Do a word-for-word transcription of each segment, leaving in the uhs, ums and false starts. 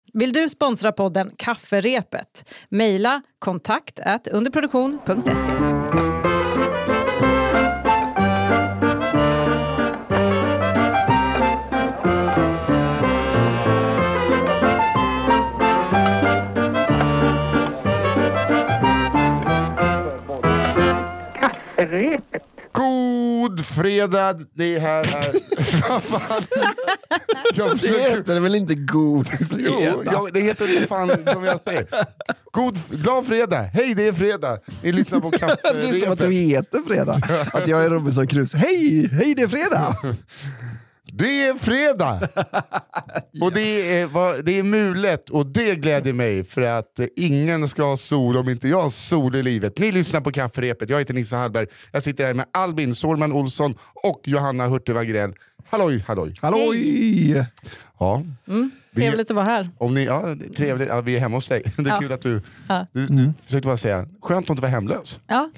Vill du sponsra podden Kafferepet? Maila kontakt at underproduktion punkt se. Kafferepet. God fredag, det här är... Vad fan? Jag Det heter det väl inte god fredag? Jo, jag, det heter det fan som jag säger. God, glad fredag, hej det är fredag. Ni lyssnar på Kafferepet. Det är som att du heter fredag. Att jag är Robinson Crusoe. Hej, hej det är fredag. Det är fredag! Och det är, vad- det är mulet och det gläder mig för att eh, ingen ska ha sol om inte jag har sol i livet. Ni lyssnar på Kafferepet, jag heter Nissa Hallberg. Jag sitter här med Albin Sårman Olsson och Johanna Hurtig Wagrell. Halloj, halloj. Halloj! Ja. Mm, Vi- trevligt att vara här. Om ni, ja, det är trevligt. Ja, vi är hemma hos dig. Det är Ja. kul att du, Ja. du, du försökte bara säga, skönt att inte vara hemlös. Ja,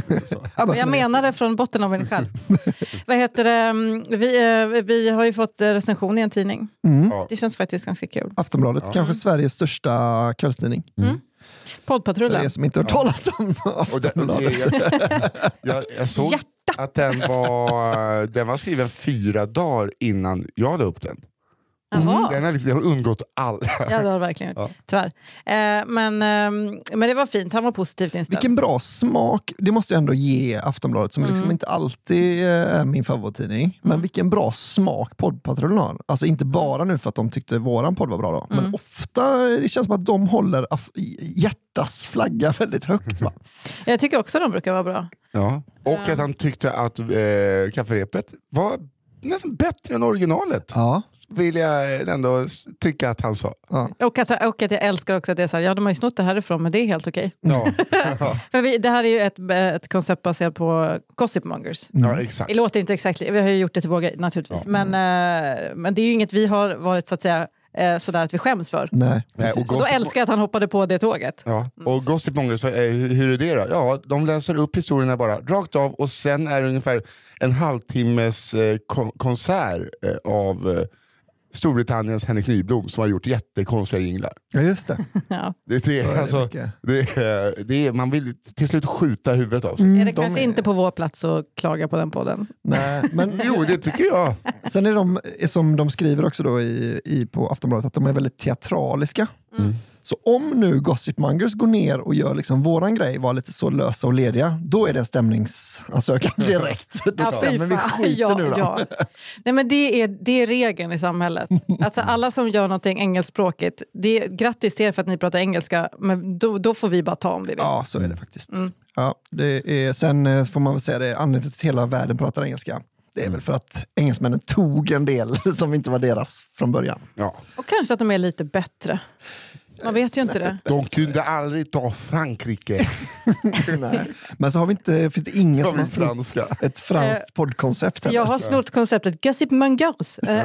Ja, bara jag så- menar det från botten av mig själv. Vad heter det? Mm, Vi, eh, vi har ju fått eh, recension i en tidning. Mm. Ja. Det känns faktiskt ganska kul. Aftonbladet, kanske Sveriges största kvällstidning. För Poddpatrullen. er som inte har hört talas om Och det, Aftonbladet. jag, jag, jag såg Hjärta. att den var, den var skriven fyra dagar innan jag la upp den. Jaha. Den har, liksom, den har undgått alla. Ja, det har det verkligen gjort. Tyvärr. Eh, men, ehm, men det var fint. Han var positivt inställd. Vilken bra smak, det måste jag ändå ge Aftonbladet som liksom inte alltid är min favorittidning. Men vilken bra smak poddpatrullen har. Alltså inte bara nu för att de tyckte våran podd var bra då. Men ofta, det känns som att de håller af- hjärtas flagga väldigt högt va? Jag tycker också de brukar vara bra. Ja. Och att han tyckte att eh, Kafferepet var nästan bättre än originalet. Ja. Vill jag ändå tycka att han sa. Och att, och att jag älskar också att det är så här, ja de har ju snott det härifrån men det är helt okej. Ja, För vi, det här är ju ett, ett koncept baserat på Gossip Mongers. ja exakt. Det låter inte exakt, vi har ju gjort det till vår grej naturligtvis. Ja. Men, eh, men det är ju inget vi har varit så att säga eh, sådär att vi skäms för. Nej, Nej, precis. och Och då Gossip- älskar jag att han hoppade på det tåget. Ja. Och Gossip Mongers, eh, hur hur är det då? Ja, de läser upp historierna bara rakt av och sen är det ungefär en halvtimmes eh, kon- konsert eh, av eh, Storbritanniens Henrik Nyblom som har gjort jättekonstiga jinglar. Ja just det. Ja. Det, det, Så är är, det alltså, mycket. det, är, det är, man vill till slut skjuta huvudet av sig. Mm, Är det de kanske inte på vår plats att klaga på den podden? Nej, men Jo, det tycker jag. sen är de, som de skriver också då i, i, på Aftonbladet, att de är väldigt teatraliska. Mm. Så om nu Gossip Mongers går ner och gör liksom våran grej, var lite så lösa och lediga, då är det en stämningsansökan direkt. Då Ja, fy stämmer vi fan. skiten ja, nu då. ja. Nej, men det är, det är regeln i samhället. Alltså, alla som gör någonting engelskspråkigt, det är grattis till er för att ni pratar engelska, men då, då får vi bara ta om vi vill. Ja, så är det faktiskt. Ja, det är, sen eh, får man väl säga det, anledningen till att hela världen pratar engelska, det är väl för att engelsmännen tog en del som inte var deras från början. Ja. Och kanske att de är lite bättre. Man vet ju inte det. De kunde aldrig ta Frankrike. Nej. Men så har vi inte, finns det ingen De som är har snott franska. ett franskt poddkoncept heller. Jag har snott konceptet Gossip Mongers. Eh,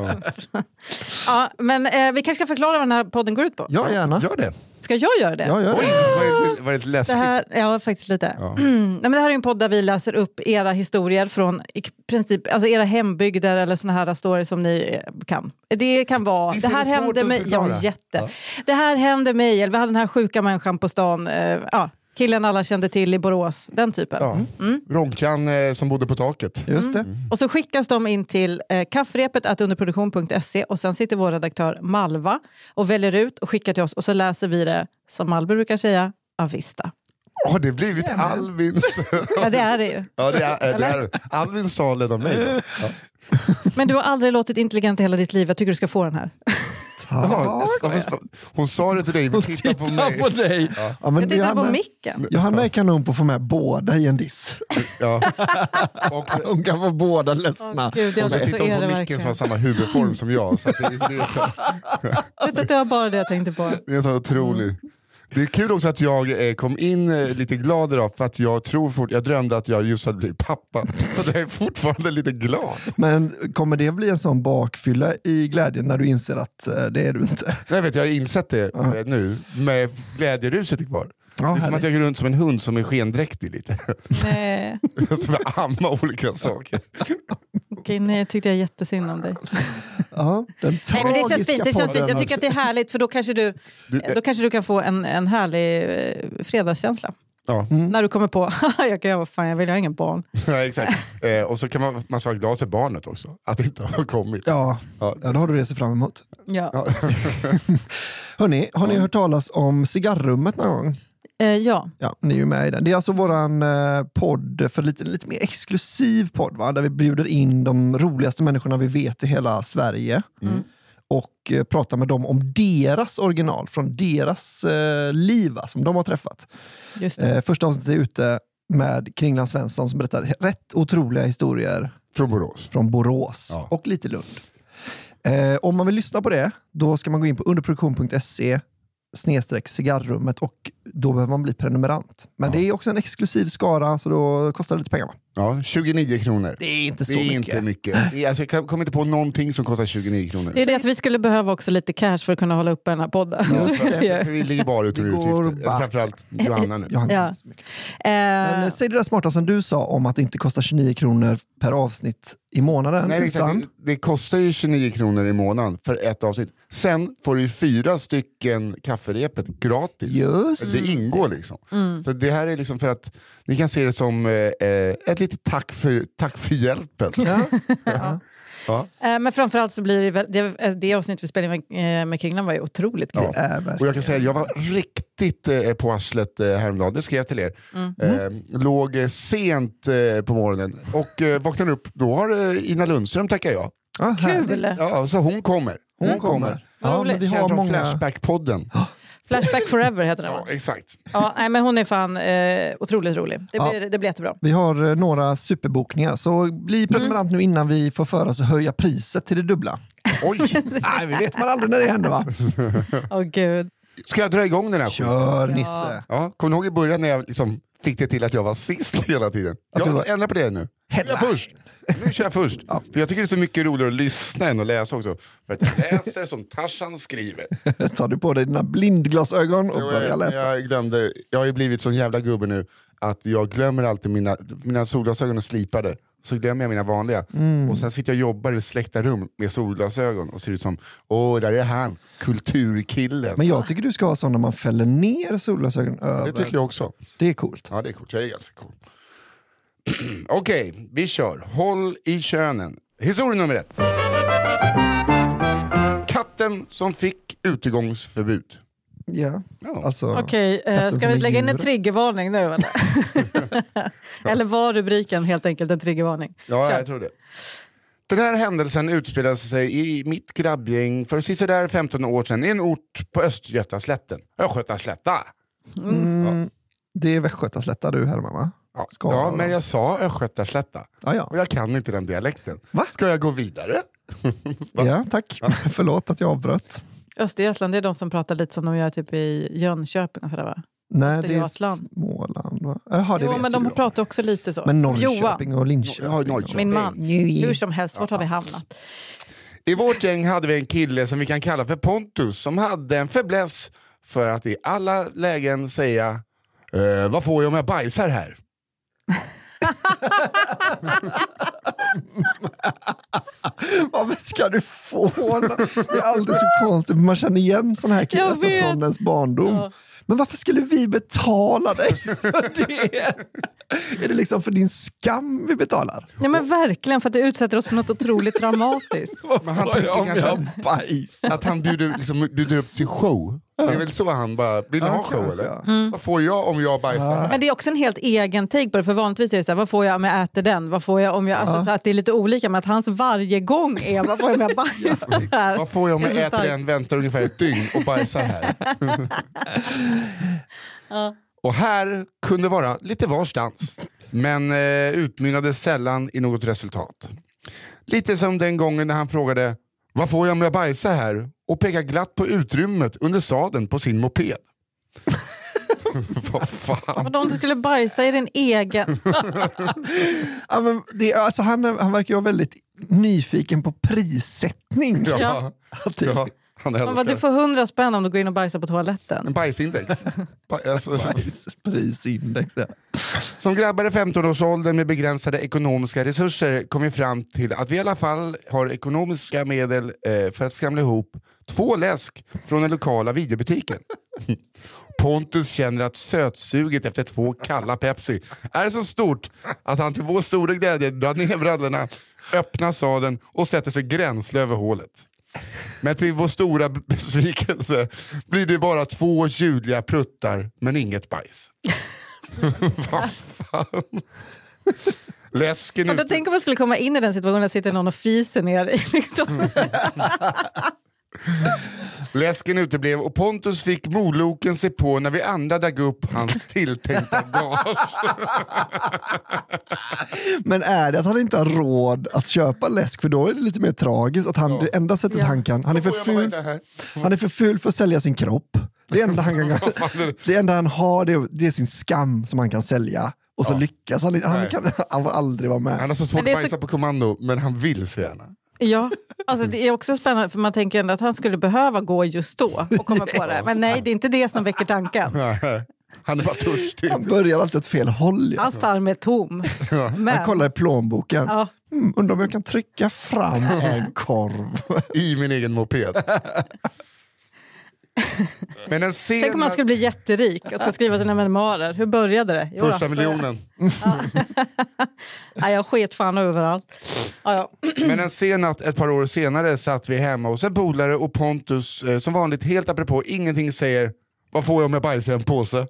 ja, men eh, vi kanske ska förklara vad den här podden går ut på. Ja, gärna. Gör det. Ska jag göra det? Ja, gör Oj, det. var det, var det Det läskigt? här, ja, faktiskt lite. Ja. Mm. Nej, men det här är en podd där vi läser upp era historier från i princip, alltså era hembygder eller såna här stories som ni eh, kan. Det kan vara, Visst det är här det svårt hände att mig, ja, förklara? jätte. Ja. Det här hände mig, eller vi hade den här sjuka människan på stan, eh, ja, killen alla kände till i Borås, den typen. Ja. Ronkan eh, som bodde på taket. Just det. Och så skickas de in till eh, kafferepet at underproduktion punkt se och sen sitter vår redaktör Malva och väljer ut och skickar till oss och så läser vi det, som Malva brukar säga, avista. Har det blivit Alvins... Ja, det är det ju. ja, det är, det är Alvins tal av mig. Då. Ja. Men du har aldrig låtit intelligent i hela ditt liv, jag tycker du ska få den här. Ja, varför- hon sa det till dig, men titta på mig. på dig. Ja. Ja, men Jag tittar på Johanna, micken. Johanna är kanon på att få med båda i en diss. Ja. Och, Hon kan få båda ledsna. Åh, Gud, jag och så så tittar är hon det på micken som har verkligen. samma huvudform som jag. Så att det, är- det, är så, Vet att det var bara det jag tänkte på. det är så otroligt. Det är kul också att jag eh, kom in eh, lite glad idag för att jag tror fort, jag drömde att jag just hade blivit pappa. Så jag är fortfarande lite glad. Men kommer det bli en sån bakfylla i glädjen när du inser att eh, det är du inte? Jag vet, jag har insett det eh, nu med glädjeruset kvar. Ja, Det är som härligt. att jag går runt som en hund som är skendräktig lite. Nej, Som är amma olika saker. okej, nej, jag tyckte jag jättesynd om dig. Ja, den Nej, men det känns fint. Det känns fint. Jag podden. tycker att det är härligt för då kanske du, då kanske du kan få en, en härlig eh, fredagskänsla. Ja. Mm. När du kommer på, jag kan göra vad fan jag vill, jag har ingen barn. Ja, exakt. Eh, och så kan man, man vara glad för barnet också. Att det inte har kommit. Ja, Ja. ja, då har du det sig fram emot. Ja. Ja. Hörrni, har ni hört talas om Cigarrummet någon gång? Eh, ja. Ja, ni är ju med i den. Det är alltså våran eh, podd för lite, lite mer exklusiv podd, va? Där vi bjuder in de roligaste människorna vi vet i hela Sverige. Mm. Och eh, pratar med dem om deras original, från deras eh, liv va, som de har träffat. Just det. Eh, första avsnittet är ute med Kringland Svensson som berättar rätt otroliga historier Från Borås. från Borås Ja. och lite Lund. Eh, om man vill lyssna på det, då ska man gå in på underproduktion punkt se snedstreck cigarrummet och då behöver man bli prenumerant. Men Ja. det är också en exklusiv skara så då kostar det lite pengar va? Ja, tjugonio kronor. Det är inte så Det är mycket. inte mycket. Det är, alltså, jag kommer inte på någonting som kostar tjugonio kronor. Det är det att vi skulle behöva också lite cash för att kunna hålla upp den här podden. Ja, Så för- är det. För vi ligger bara ute med Det går utgifter. back. Framförallt Johanna nu. Johanna, Ja. inte så mycket. Eh, Men säg det där smarta som du sa om att det inte kostar tjugonio kronor per avsnitt i månaden. Nej, exakt. utan, Det, det kostar ju tjugonio kronor i månaden för ett avsnitt. Sen får du ju fyra stycken kafferepet gratis. Just. Det ingår liksom. mm. Så det här är liksom för att ni kan se det som eh, ett litet tack för, tack för hjälpen. ja. Ja. Ja. Eh, men framförallt så blir det, väl- det, det avsnitt vi spelade med, eh, med Kringlan var ju otroligt kul. Ja. Det är Och verkligen. jag kan säga jag var riktigt eh, på arslet eh, häromdagen, det skrev jag till er. Mm. Eh, låg eh, sent eh, på morgonen och eh, vaknade upp, då har eh, Ina Lundström tackar jag. Ja, härligt. Kul! Ja, så hon kommer. Hon, Hon kommer. kommer. Vad Ja, roligt. men vi Känd har från många... Flashback-podden. Flashback Forever heter den va? Ja, exakt. Ja, nej, men hon är fan eh, otroligt rolig. Det Ja. blir, det blir jättebra. Vi har eh, några superbokningar, så bli prenumerant nu innan vi får för oss att höja priset till det dubbla. Oj, Nej, vi vet man aldrig när det händer va? Åh gud. ska jag dra igång den här? Kör Ja. Nisse. Ja, kommer du ihåg i början när jag liksom fick det till att jag var sist hela tiden? Att du Jag var- ändrar på det nu. Jag först. Nu kör jag först. För jag tycker det är så mycket roligare att lyssna än att läsa också. För att jag läser som Tarzan skriver. Tar du på dig dina blindglasögon och Jo, börjar jag, läsa. jag glömde, jag har ju blivit sån jävla gubbe nu att jag glömmer alltid mina, mina solglasögon är slipade. Så glömmer jag mina vanliga. Mm. Och sen sitter jag och jobbar i ett släckta rum med solglasögon och ser ut som, åh där är han, kulturkillen. Men jag tycker du ska ha sån när man fäller ner solglasögon över. Det tycker jag också. Det är coolt. Ja det är coolt, jag är ganska cool. Okej, vi kör. Håll i könen. Historia nummer ett. Katten som fick utegångsförbud. Ja, Ja. alltså. Okej, eh, katten ska som vi är lägga in en djuret. triggervarning nu eller? Eller var rubriken helt enkelt en triggervarning? Ja, Kör. jag tror det. Den här händelsen utspelade sig i mitt grabbgäng för sisådär femton år sedan i en ort på Östgötaslätten. Östgötaslätta. Mm, det är Västgötaslätta du härmar va? Ja, Skara. ja, men jag sa Östgötaslätta. Ja, ja. Och jag kan inte den dialekten. Va? Ska jag gå vidare? ja tack. Förlåt att jag avbröt. Östergötland, det är de som pratar lite som de gör typ i Jönköping och sådär va? Nej, det är Östergötland. Småland va? Jaha, det Jo, vet men ju de du. pratar också lite så. Men Johan, Norrköping och Linköping. Ja, Norrköping. min man. Jo, Hur som helst, vart har vi hamnat? I vårt gäng hade vi en kille som vi kan kalla för Pontus som hade en fäbless för att i alla lägen säga eh, vad får jag om jag bajsar här? Varför ska du få? Det är alltid så konstigt. Man känner igen såna här killar Jag som vet. från ens barndom. Ja. Men varför skulle vi betala dig för det? Är det liksom för din skam vi betalar? Ja men verkligen, för att det utsätter oss för något otroligt traumatiskt. Men han Vad tänker jag om kanske jag bajs? att han bjuder, liksom, bjuder upp till show. Det är väl så han bara, vill ni Ja, ha show kanske, eller? ja. Mm. Vad får jag om jag bajsar här? Men det är också en helt egen take på det, för vanligtvis är det så här, vad får jag om jag äter den? Vad får jag om jag, alltså, Ja. så att det är lite olika, men att hans varje gång är, vad får jag om jag bajsar här? Vad får jag om Det jag är så äter starkt. en, väntar ungefär ett dygn och bajsar här? Ja. Och här kunde vara lite varstans, men eh, utmynnade sällan i något resultat. Lite som den gången när han frågade, vad får jag om jag bajsar här? Och pekade glatt på utrymmet under sadeln på sin moped. Vad fan? Vadå om du skulle bajsa i din egen? Ja, men det, är- alltså, han, är- han verkar ju vara väldigt nyfiken på prissättning. Ja, Att det- ja. Han älskar. Men du får hundra spänn om du går in och bajsar på toaletten. En bajsindex. Ba- alltså, Bajsprisindex, ja. Som grabbar i femton-årsåldern med begränsade ekonomiska resurser kom vi fram till att vi i alla fall har ekonomiska medel eh, för att skramla ihop två läsk från den lokala videobutiken. Pontus känner att sötsuget efter två kalla Pepsi är så stort att han till vår stora glädje drar ner brallorna, öppnar sadeln och sätter sig gränsle över hålet. Men till vår stora besvikelse blir det bara två ljudliga pruttar men inget bajs. Vad fan? Läsken Ja, ute. tänk om man skulle komma in i den situationen där sitter någon och fiser ner i liksom. Läsken uteblev och Pontus fick moloken se på när vi andra dök upp hans tilltänkta gage. Men är det att han inte har råd att köpa läsk? För då är det lite mer tragiskt att han, Ja. det enda sättet Ja. han kan, han är för Får jag bara ful. inte här? Han är för ful för att sälja sin kropp. Det enda han, kan, det enda han har det är, det är sin skam som han kan sälja. Och så Ja. lyckas han, han, kan, han får aldrig vara med. Han har så svårt Men det är att bajsa så- på kommando, men han vill så gärna. Ja, alltså det är också spännande för man tänker ändå att han skulle behöva gå just då och komma på det. Men nej, det är inte det som väcker tanken. Han är bara törstig. Han börjar alltid åt fel håll. Ja. Hans tarm är tom. Men, Han kollar i plånboken. ja, Mm, undrar om jag kan trycka fram en korv. I min egen moped. Men en sen... tänk om man skulle bli jätterik och ska skriva sina memoarer. Hur började det? Jo då. Första miljonen. Ja, jag sket fan överallt. Ja, ja. Men en sen natt ett par år senare satt vi hemma hos en polare och Pontus eh, som vanligt helt apropå ingenting säger: vad får jag om jag bajsar i en påse?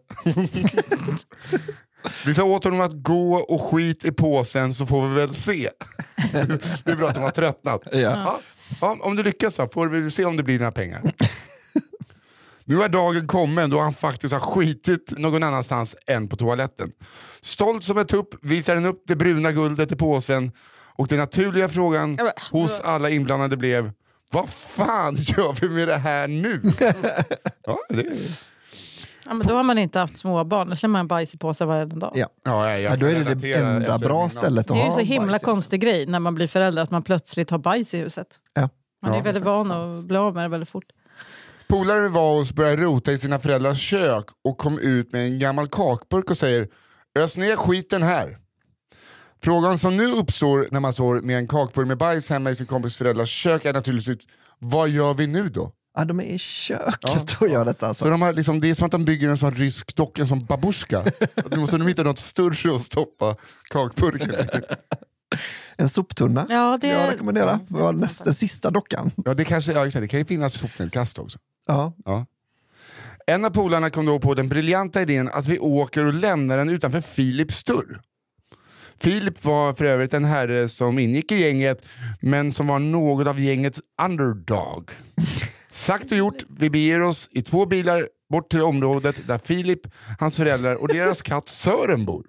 Vi sa åt honom att gå och skit i påsen så får vi väl se. Det är bra att de har tröttnat. Ja. Ja, ja, om du lyckas så får vi se om det blir några pengar. Nu är dagen kommen då han faktiskt har skitit någon annanstans än på toaletten. Stolt som en tupp visar han upp det bruna guldet i påsen och den naturliga frågan hos alla inblandade blev: vad fan gör vi med det här nu? Ja, det är... Ja, men då har man inte haft små barn. Då slänger man bajs i påsen varje dag. Ja. Ja, jag, jag Ja, då är kan det det relatera enda efter bra min- stället att Det är ha. ju så himla bajs i. konstig grej när man blir förälder att man plötsligt har bajs i huset. Ja. Man Ja, är väldigt det är van sant. att bli av med det väldigt fort. Polare var hos började rota i sina föräldrars kök och kom ut med en gammal kakburk och säger: ös ner skiten här. Frågan som nu uppstår när man står med en kakburk med bajs hemma i sin kompis föräldrars kök är naturligtvis: vad gör vi nu då? Ja, de är i köket Ja. och gör detta. Alltså. Så de har liksom, det är som att de bygger en sån rysk docka, en sån babushka. Nu måste de hitta något större att stoppa kakburken i. En soptunna. Ja, det Jag rekommenderar. Det var nästa, den sista dockan. Ja, det, kanske, ja, exakt, det kan ju finnas sopnedkast också. Ja. Ja. En av polarna kom då på den briljanta idén att vi åker och lämnar den utanför Philips dörr. Filip var för övrigt en herre som ingick i gänget men som var något av gängets underdog. Sagt och gjort, vi beger oss i två bilar bort till området där Filip, hans föräldrar och deras katt Sören bor.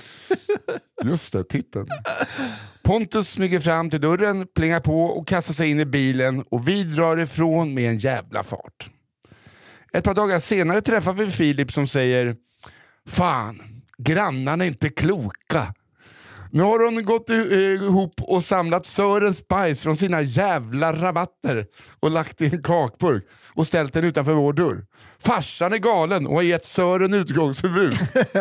Just det, titeln. Pontus smyger fram till dörren, plingar på och kastar sig in i bilen och vi drar ifrån med en jävla fart. Ett par dagar senare träffar vi Filip som säger: fan, grannarna är inte kloka. Nu har hon gått ihop och samlat Sörens bajs från sina jävla rabatter och lagt i en kakburk och ställt den utanför vår dörr. Farsan är galen och har gett Sören utgångsförbud.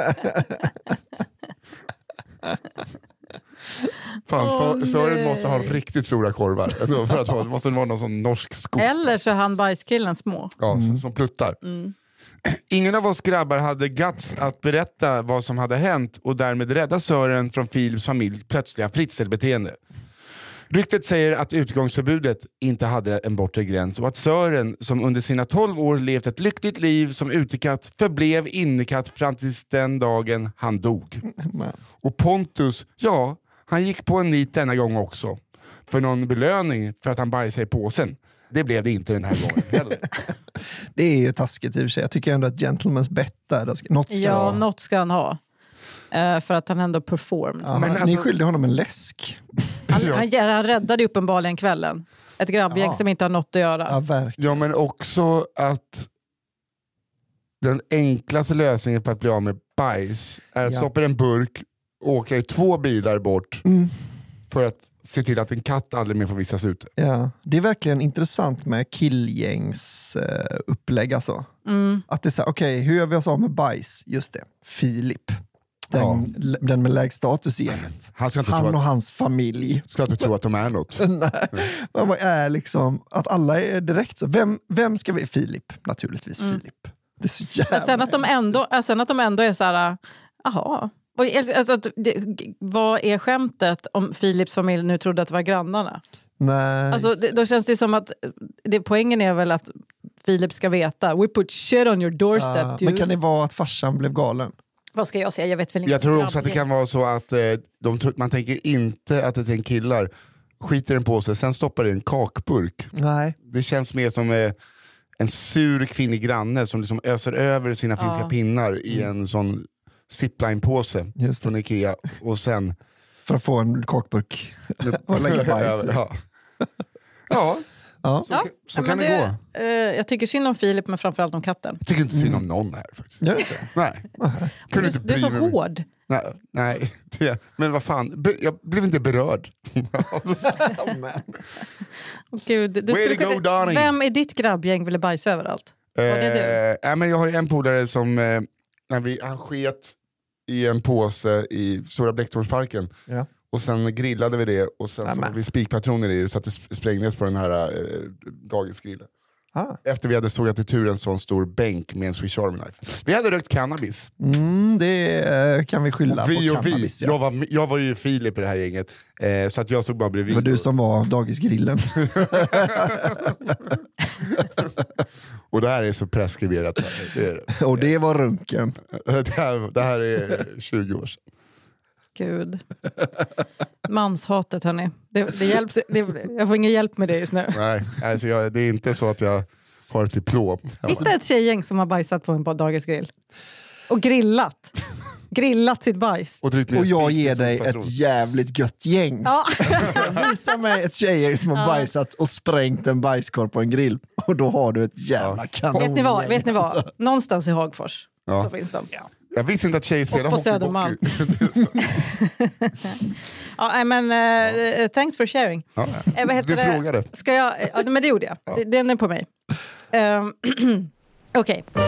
Fan, Åh, för, Sören nej. måste ha riktigt stora korvar ändå för att vara, det måste vara någon sån norsk skog. Eller så är han bajskillen små. Ja, som, som pluttar. Ingen av oss grabbar hade guts att berätta vad som hade hänt och därmed rädda Sören från Philips familj plötsliga fritzelbeteende. Ryktet säger att utgångsförbudet inte hade en bortre gräns och att Sören, som under sina tolv år levt ett lyckligt liv som utekatt, förblev innekatt fram tills den dagen han dog. Och Pontus, ja, han gick på en nit denna gång också. För någon belöning för att han bajsade i påsen. Det blev det inte den här gången heller. Det är ju taskigt i och för sig. Jag tycker ändå att gentleman's bet där. Något ska Ja, ha. något ska han ha. Uh, för att han ändå performed. Ja, Men Ni alltså- skyllde honom en läsk. Han, han, han räddade ju uppenbarligen kvällen. Ett grabbgäng Ja. som inte har något att göra. Ja, verkligen. Ja, men också att den enklaste lösningen på att bli av med bajs är att Ja. stoppa i en burk, åka i två bilar bort Mm. för att se till att en katt aldrig mer får vistas ute. Ja, det är verkligen intressant med killgängs uh, upplägg alltså. Mm. Att det är så här, okej, okay, hur gör vi oss av med bajs? Just det, Filip. Den, ja. den med lägst status i gänget. Han, ska inte han tro att, och hans familj. Ska inte tro att de är något. Nej, man är liksom, att alla är direkt så. Vem, vem ska vi? Filip, naturligtvis mm. Filip. Det är så jävla... Sen att de ändå, sen att de ändå är så här, aha. Och, alltså, det, vad är skämtet om Filips familj nu trodde att det var grannarna? Nej. Alltså, det, då känns det som att det, poängen är väl att Filip ska veta, we put shit on your doorstep. Uh, men kan det vara att farsan blev galen? Vad ska jag säga? Jag vet väl inte. Jag tror också att det kan vara så att eh, de, man tänker inte att det är en killar. Skiter den på sig, sen stoppar det i en kakburk. Nej. Det känns mer som eh, en sur kvinnlig granne som liksom öser över sina finska ja. pinnar i en sån zipline-påse från Ikea. Och sen... För att få en kakburk och lägga bajs. Ja. Ja. Ja. Så, ja, så ja, kan det, det gå. Eh, jag tycker synd om Filip, men framförallt om katten. Jag tycker inte synd om någon här faktiskt. Gör det inte? Nej. Du, inte du är så hård. Nej, nej. Det, men vad fan, Be, jag blev inte berörd. oh, Gud, du skulle go, kunna, vem i ditt grabbgäng ville bajsa överallt? Eh, Var det du? äh, men jag har ju en polare som eh, när vi, han sket i en påse i Stora Blecktornsparken. Ja. Och sen grillade vi det och sen så vi spikpatroner i det så att det sprängdes på den här eh, dagisgrillen. Ah. Efter vi hade sågat i tur en sån stor bänk med en Swiss Army Knife. Vi hade rökt cannabis. Mm, det kan vi skylla och vi på och cannabis. Vi. Ja. Jag, var, jag var ju Filip i det här gänget. Eh, så att jag såg bara bredvid. Det var du som var dagisgrillen. Och det här är så preskriberat. Det är det. Och det var runken. Det här, det här är tjugo år sedan. Gud. Manshatet, hörni. Det, det hjälps, det, jag får ingen hjälp med det just nu. Nej, alltså jag, det är inte så att jag har ett diplom. Hitta ett tjejgäng som har bajsat på en dagisgrill. Och grillat. Grillat sitt bajs. Och, och jag ger dig ett jävligt gött gäng. Ja. Visa mig ett tjejgäng som har ja. bajsat och sprängt en bajskorv på en grill. Och då har du ett jävla ja. kanon. Vet ni vad? Vet ni vad? Någonstans i Hagfors. Ja. Så finns de. Ja. Jag visste inte att tjejer spelar hockey. Och på Södermalm. Ja, men uh, thanks for sharing. Ja. Eh, vad heter du det? frågade. Ska jag? Ja, men det gjorde jag. Ja. Den är på mig. Um, Okej. Okay.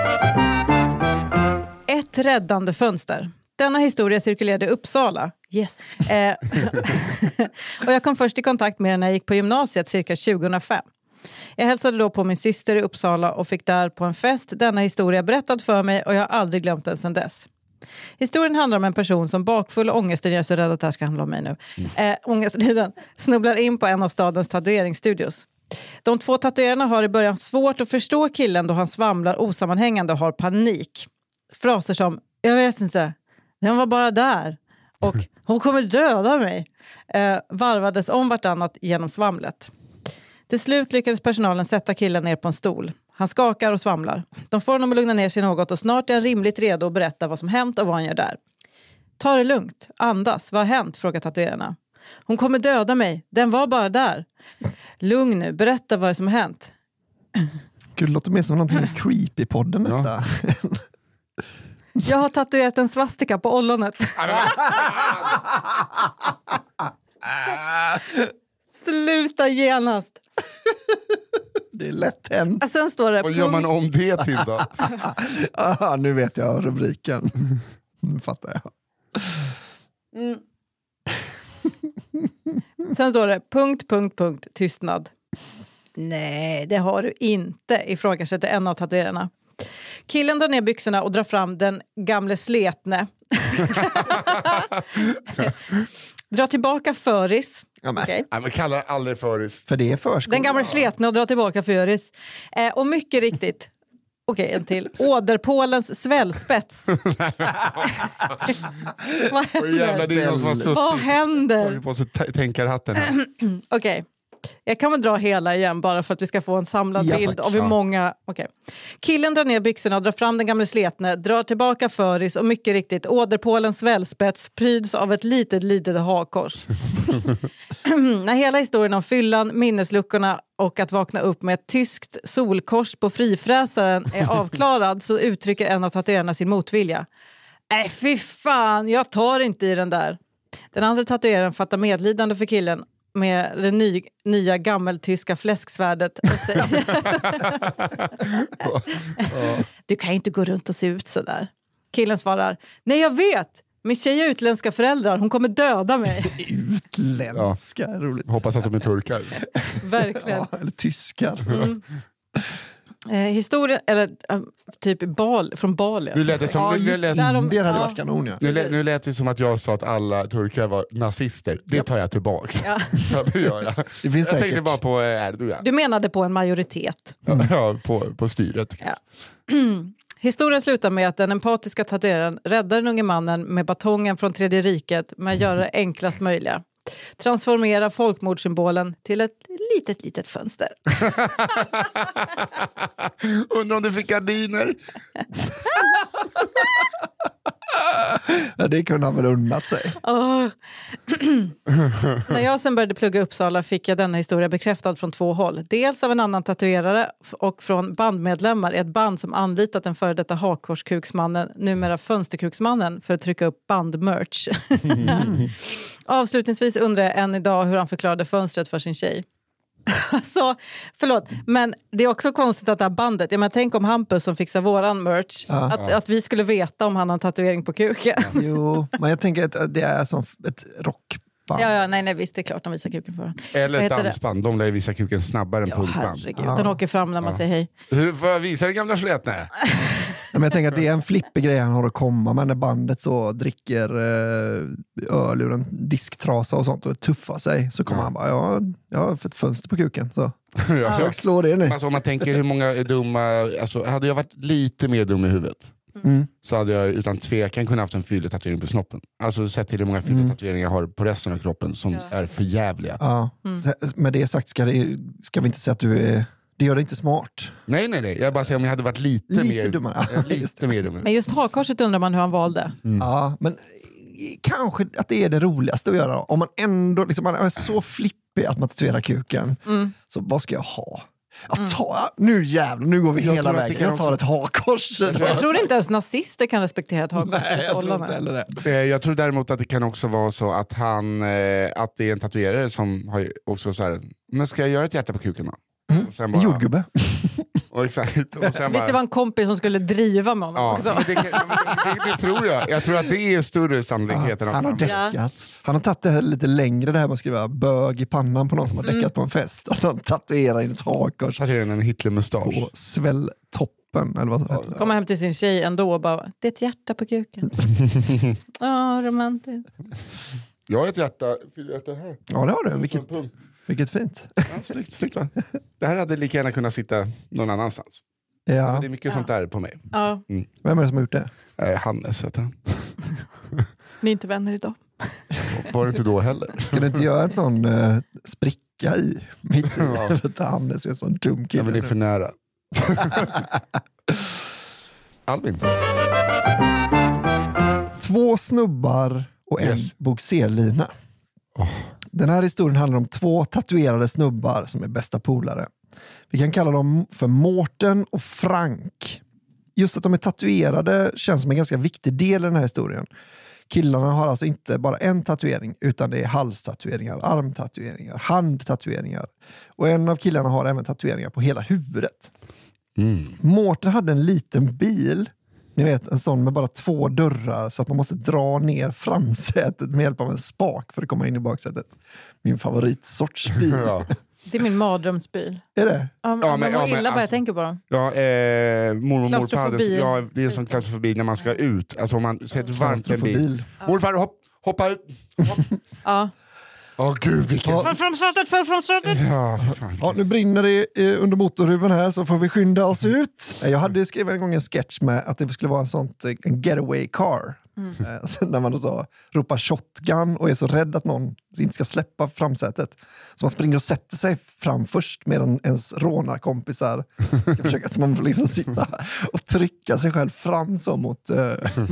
Ett räddande fönster. Denna historia cirkulerade i Uppsala. Yes. Eh, och jag kom först i kontakt med den när jag gick på gymnasiet cirka tjugohundrafem. Jag hälsade då på min syster i Uppsala och fick där på en fest denna historia berättad för mig och jag har aldrig glömt den sedan dess. Historien handlar om en person som bakfull och ångestriden, jag är så rädd att det här ska handla om mig nu, eh, ångestriden snubblar in på en av stadens tatueringsstudios. De två tatuerarna har i början svårt att förstå killen då han svamlar osammanhängande och har panik. Fraser som, jag vet inte, den var bara där och hon kommer döda mig eh, varvades om vartannat genom svamlet. Till slut lyckades personalen sätta killen ner på en stol. Han skakar och svamlar. De får honom att lugna ner sig något och snart är han rimligt redo att berätta vad som hänt och vad han gör där. Ta det lugnt, andas, vad har hänt? Frågar tatuerarna. Hon kommer döda mig, den var bara där. Lugn nu, berätta vad som har hänt. Gud, det låter mer som någonting creepy podden detta. Ja. Jag har tatuerat en svastika på ollonet. Sluta genast. Det är lätt hänt. Och sen står det... Vad gör man om det till då? ah, nu vet jag rubriken. Nu fattar jag. Mm. Sen står det punkt, punkt, punkt, tystnad. Nej, det har du inte, ifrågasätter en av tatuerarna. Killen drar ner byxorna och drar fram den gamle sletne. Drar tillbaka föris. Ja, men. Okay. Nej, men kallar aldrig föris. För det är förskola. Den gamle sletne och drar tillbaka föris. Eh, och mycket riktigt. Okej, okay, en till. Åderpålens svällspets. Vad händer? Det är någon som har suttit, Vad händer? På t- tänkarhatten här. Okej. Okay. Jag kan väl dra hela igen bara för att vi ska få en samlad ja, bild av hur många... Okay. Killen drar ner byxorna och drar fram den gamla sletne, drar tillbaka föris och mycket riktigt åderpålens svällspets pryds av ett litet, litet hakkors. När hela historien om fyllan, minnesluckorna och att vakna upp med ett tyskt solkors på frifräsaren är avklarad så uttrycker en av tatuerarna sin motvilja. Nej, fy fan, jag tar inte i den där. Den andra tatueraren fattar medlidande för killen med det ny, nya gammeltyska fläsksvärdet. Du kan ju inte gå runt och se ut så där. Killen svarar, nej jag vet. Min tjej är utländska föräldrar, hon kommer döda mig. Utländska, ja. Roligt. Hoppas att de är turkar. Verkligen. Ja, eller tyskar. Mm. Eh, historien, eller äh, typ Bal, från Bali. Nu lät det som, Ja, nu just lät, det. de- Det hade ja. varit kanon, ja. nu, lät, nu lät det som att jag sa att alla turkar var nazister. Det tar jag tillbaks. Ja. Ja, det gör jag. Det finns Jag säkert. tänkte bara på eh, Erdogan. Du menade på en majoritet. Ja, på, på styret. Ja. Historien slutar med att den empatiska tatueraren räddar den unge mannen med batongen från Tredje riket med att göra det enklast möjliga. Transformera folkmordssymbolen till ett litet, litet fönster. Undrar om du fick gardiner. Ja, det kunde han väl unnat sig. Oh. När jag sen började plugga i Uppsala fick jag denna historia bekräftad från två håll. Dels av en annan tatuerare och från bandmedlemmar i ett band som anlitat den före detta hakkorskuksmannen, numera fönsterkuksmannen, för att trycka upp bandmerch. Mm. Avslutningsvis undrar jag än idag hur han förklarade fönstret för sin tjej. Så, förlåt, men det är också konstigt att det här bandet, jag menar, tänk om Hampus som fixar våran merch, Ja. att, att vi skulle veta om han har en tatuering på kuken. Jo, men jag tänker att det är som ett rockband. Ja, ja, nej, nej, visst, det är klart de visar kuken på den. Eller Vad ett heter det? dansband. De lär ju visa kuken snabbare än Ja, punkband. herregud, Ja. den åker fram när man Ja. säger hej. Hur får jag visa den gamla Sletne? Men jag tänker att det är en flippig grej han har att komma med när bandet så dricker eh, öl ur en disktrasa och sånt och tuffar sig. Så kommer Ja. han bara, ja, jag har fått fönster på kuken. Så. Ja. Försök slå det nu. Alltså, om man tänker hur många är dumma... Alltså, hade jag varit lite mer dum i huvudet Mm. så hade jag utan tvekan kunnat haft en fylletatuering på snoppen. Alltså sett till hur många fylletatueringar jag har på resten av kroppen som Ja. är för jävliga. Ja. Mm. Så, med det sagt ska, det, ska vi inte säga att du är... Det gör dig inte smart. Nej, nej, nej. Jag bara säger om jag hade varit lite, Lite mer... dummare. eh, lite mer dum. Men just hakkorset undrar man hur han valde. Ja, men kanske att det är det roligaste att göra. Om man ändå liksom, man är så flippig att man tatuerar kuken. Mm. Så vad ska jag ha? Jag tar, Nu jävlar, nu går vi Jag hela tror att det vägen. kan Jag tar ett hakkors. Jag tror inte ens nazister kan respektera ett hakkors. Nej, jag tror inte heller det. Eh, Jag tror däremot att det kan också vara så att han eh, att det är en tatuerare som har ju också så här, men ska jag göra ett hjärta på kuken då? Och sen En bara, jordgubbe. och exakt. Och sen Visst, bara, det var en kompis som skulle driva med honom ja, också. men det, kan- men det, det tror jag. Jag tror att det är större sannolikhet än att Han har han... däckat. Han har tagit det här lite längre, det här med att skriva bög i pannan på någon som har däckat på en fest. Att han tatuerar in ett hakkors tatuerar en Hitler-mustasch. på svälltoppen. Eller vad heter det? Kommer hem till sin tjej ändå och bara, det är ett hjärta på kuken. Ja, romantiskt. Jag har ett hjärta, fyra hjärta här. Ja, det har du. Som Vilket, en punkt. vilket fint. Ja, snyggt, snyggt va? Det här hade lika gärna kunnat sitta någon annanstans. Alltså, Ja. det är mycket sånt där på mig. Ja, Vem är det som har gjort det? Eh, Hannes heter han. ni är inte vänner idag. Var det inte då heller? Kan du inte göra en sån uh, spricka i? Mitt i. Ja. Jag vet, Hannes är en sån dum Ja, kille. men det är för nära. Albin. Två snubbar och en Yes. bogserlina. Oh. Den här historien handlar om två tatuerade snubbar som är bästa polare. Vi kan kalla dem för Mårten och Frank. Just att de är tatuerade känns som en ganska viktig del i den här historien. Killarna har alltså inte bara en tatuering utan det är halstatueringar, armtatueringar, handtatueringar. Och en av killarna har även tatueringar på hela huvudet. Mm. Mårten hade en liten bil. Ni vet, en sån med bara två dörrar så att man måste dra ner framsätet med hjälp av en spak för att komma in i baksätet. Min favoritsorts bil. Ja. Det är min mardrömsbil. Är det? Ja, men, Ja, ja, men- men, ja, men illa bara jag alltså- tänker på dem. Ja, eh, mormor och morfar hade, Klaustrofobi. ja, det är en sån klaustrofobi när man ska ut. Alltså om man sätter varmt i en bil. Klaustrofobil. Morfar, hopp, hoppa ut. Hopp. Ja. Åh gud vilken... Ja. För framsätet, för framsätet! Ja, för fan. Ja, nu brinner det eh, under motorhuven här så får vi skynda oss ut. Eh, Jag hade skrivit en gång en sketch med att det skulle vara en sånt eh, en getaway car. Eh, sen när man då så ropar shotgun och är så rädd att någon inte ska släppa framsätet. Så man springer och sätter sig fram först medan ens rånarkompisar ska försöka, så man får liksom sitta och trycka sig själv fram så mot... Eh,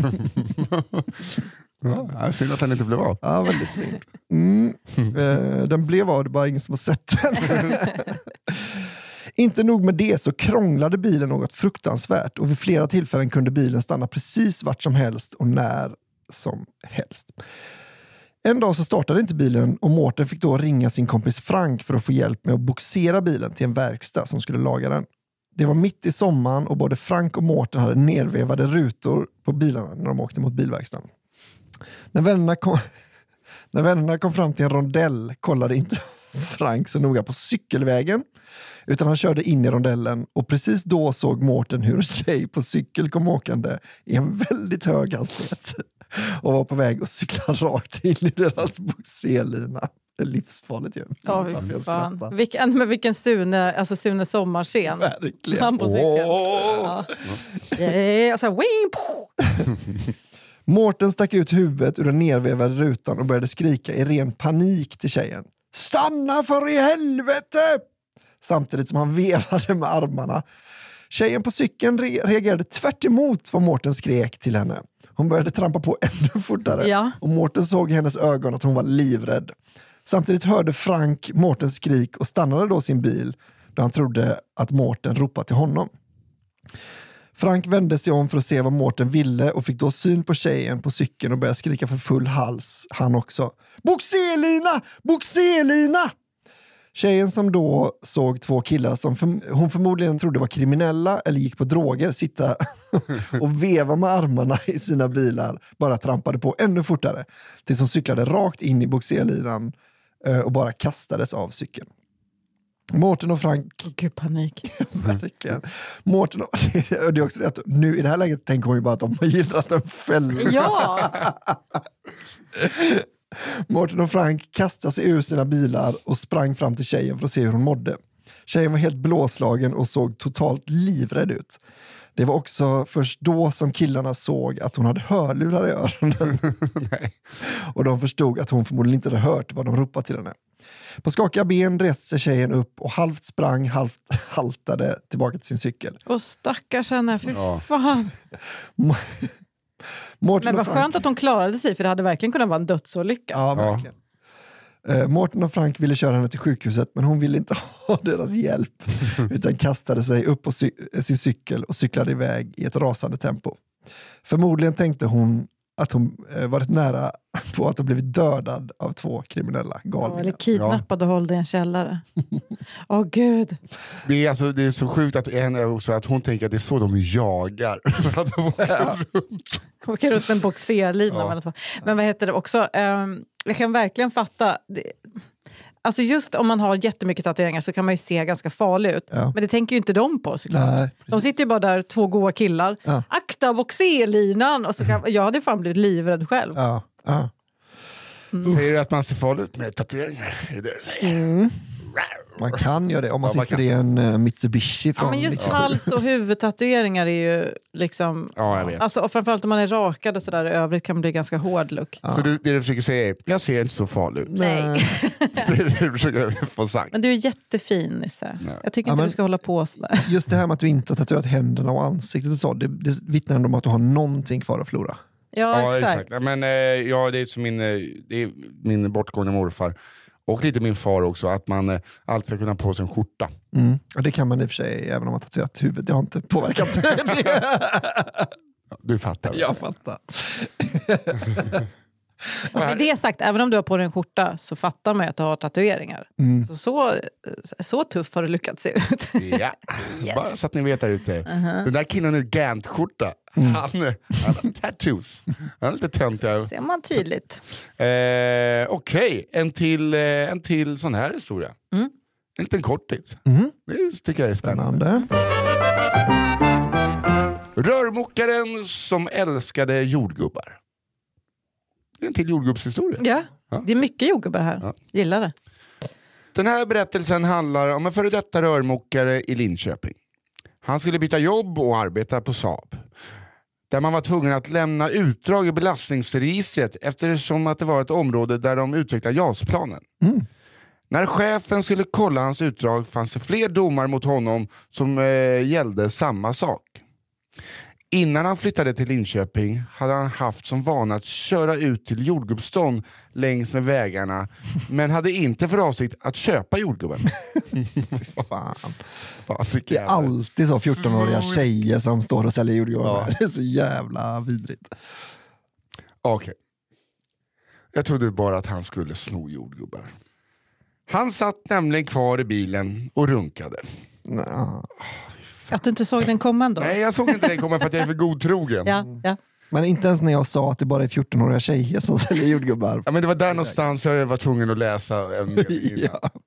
Ja, synd att den inte blev av. ja, väldigt synd. Mm. Eh, den blev av, det är bara ingen som har sett den. Inte nog med det så krånglade bilen något fruktansvärt och vid flera tillfällen kunde bilen stanna precis vart som helst och när som helst. En dag så startade inte bilen och Mårten fick då ringa sin kompis Frank för att få hjälp med att boxera bilen till en verkstad som skulle laga den. Det var mitt i sommaren och både Frank och Mårten hade nedvevade rutor på bilarna när de åkte mot bilverkstaden. När vännerna kom, när vännerna kom fram till en rondell kollade inte Frank så noga på cykelvägen, utan han körde in i rondellen och precis då såg Mårten hur en tjej på cykel kom åkande i en väldigt hög hastighet och var på väg att cykla rakt in i deras boxerlina. Det är livsfarligt ju. Oh, fan. Vilken, men vilken Sune, alltså Sune sommarscen. Verkligen. Han på cykeln. Oh. Ja. Yeah, och så här, wing, Mårten stack ut huvudet ur den nervevade rutan och började skrika i ren panik till tjejen. Stanna för i helvete! Samtidigt som han vevade med armarna. Tjejen på cykeln re- reagerade tvärt emot vad Mårten skrek till henne. Hon började trampa på ännu fortare. Ja. Och Mårten såg i hennes ögon att hon var livrädd. Samtidigt hörde Frank Mårtens skrik och stannade då sin bil då han trodde att Mårten ropade till honom. Frank vände sig om för att se vad Mårten ville och fick då syn på tjejen på cykeln och började skrika för full hals. Han också. Boxerlina! Boxerlina! Tjejen som då såg två killar som för, hon förmodligen trodde var kriminella eller gick på droger sitta och veva med armarna i sina bilar bara trampade på ännu fortare tills hon cyklade rakt in i boxerlinan och bara kastades av cykeln. Mårten och Frank... oh, gud, panik. Verkligen. Mårten och... det är också det att nu i det här läget tänker hon ju bara att de har gillat en fälla. Ja! Mårten och Frank kastade sig ur sina bilar och sprang fram till tjejen för att se hur hon mådde. Tjejen var helt blåslagen och såg totalt livrädd ut. Det var också först då som killarna såg att hon hade hörlurar i öronen. Nej. Och de förstod att hon förmodligen inte hade hört vad de ropade till henne. På skakiga ben reste sig tjejen upp och halvt sprang, halvt haltade tillbaka till sin cykel. Och stackars henne, för Ja. fan. Mårten Men vad och Frank... skönt att hon klarade sig, för det hade verkligen kunnat vara en dödsolycka. Ja, verkligen. Uh, Mårten och Frank ville köra henne till sjukhuset, men hon ville inte ha deras hjälp utan kastade sig upp på cy- sin cykel och cyklade iväg i ett rasande tempo. Förmodligen tänkte hon att hon uh, varit nära på att ha blivit dödad av två kriminella galningar. Ja, eller kidnappad och hållde i en källare. Åh oh, gud. Det är, alltså, det är så sjukt att, en, också, att hon tänker att det är så de jagar. Att de åker runt. Åker runt med en boxerlina. Ja. Mellan två. Men vad heter det också? Um, jag kan verkligen fatta... Det, alltså just om man har jättemycket tatueringar så kan man ju se ganska farlig ut. Ja. Men det tänker ju inte de på såklart. Nej, de sitter ju bara där, två goa killar. Ja. Akta boxerlinan! Och så kan, jag hade fan blivit livrädd själv. Ja, ja. Mm. Säger du att man ser farlig ut med tatueringar? Är det det du säger? Mm. Man kan göra det om man Ja, man sitter kan. i en uh, Mitsubishi från Ja, men just nittiosju. hals- och huvudtatueringar är ju liksom... Ja, jag vet. Alltså, och framförallt om man är rakad och sådär i övrigt kan det bli ganska hård look. Så du, det du försöker säga är, jag ser inte så farlig ut. Nej. Det är det du försöker få sagt. Men du är jättefin, Nisse. Nej. Jag tycker Ja, inte men- du ska hålla på sådär. Just det här med att du inte har tatuerat händerna och ansiktet och så, det, det vittnar ändå om att du har någonting kvar att förlora. Ja, Ja, exakt. exakt. Ja, men, eh, ja, det är som min, eh, det är min bortgångna morfar. Och lite min far också, att man eh, alltid ska kunna ha på sig en skjorta. Mm. Och det kan man i och för sig även om man har tatuerat huvudet. Det har inte påverkat Du fattar. Jag fattar. Och med det sagt, även om du har på dig en skjorta så fattar man ju att du har tatueringar. Mm. Så, så, så tuff har du lyckats se ut. Ja, bara så att ni vet där ute. Uh-huh. Den där killen i Gant-skjorta, Mm. han, han har tattoos. Han är lite töntig. Ser man tydligt. Eh, Okej, okay. en, till, eh, en till sån här historia. Mm. En liten kortis. Mm. Det tycker jag är spännande. Spännande. Rörmokaren som älskade jordgubbar. Det är en till jordgubbshistoria. Ja, Ja. det är mycket jordgubbar här. Ja. Gillar det. Den här berättelsen handlar om en före detta rörmokare i Linköping. Han skulle byta jobb och arbeta på Saab. Där man var tvungen att lämna utdrag i belastningsregistret eftersom att det var ett område där de utvecklade JAS-planen. Mm. När chefen skulle kolla hans utdrag fanns det fler domar mot honom som eh, gällde samma sak. Innan han flyttade till Linköping hade han haft som vana att köra ut till jordgubbsstånd längs med vägarna men hade inte för avsikt att köpa jordgubben. Fan. Fan, Det är alltid så fjortonåriga tjejer som står och säljer jordgubbar. Ja. Det är så jävla vidrigt. Okej. Jag trodde bara att han skulle sno jordgubbar. Han satt nämligen kvar i bilen och runkade. Nå. Att du inte såg den komma ändå? Nej, jag såg inte den komma för att jag är för godtrogen. Ja, ja. Men inte ens när jag sa att det bara är fjorton-åriga tjejer som säljer jordgubbar. Ja, men det var där någonstans jag var tvungen att läsa en mening innan. Ja.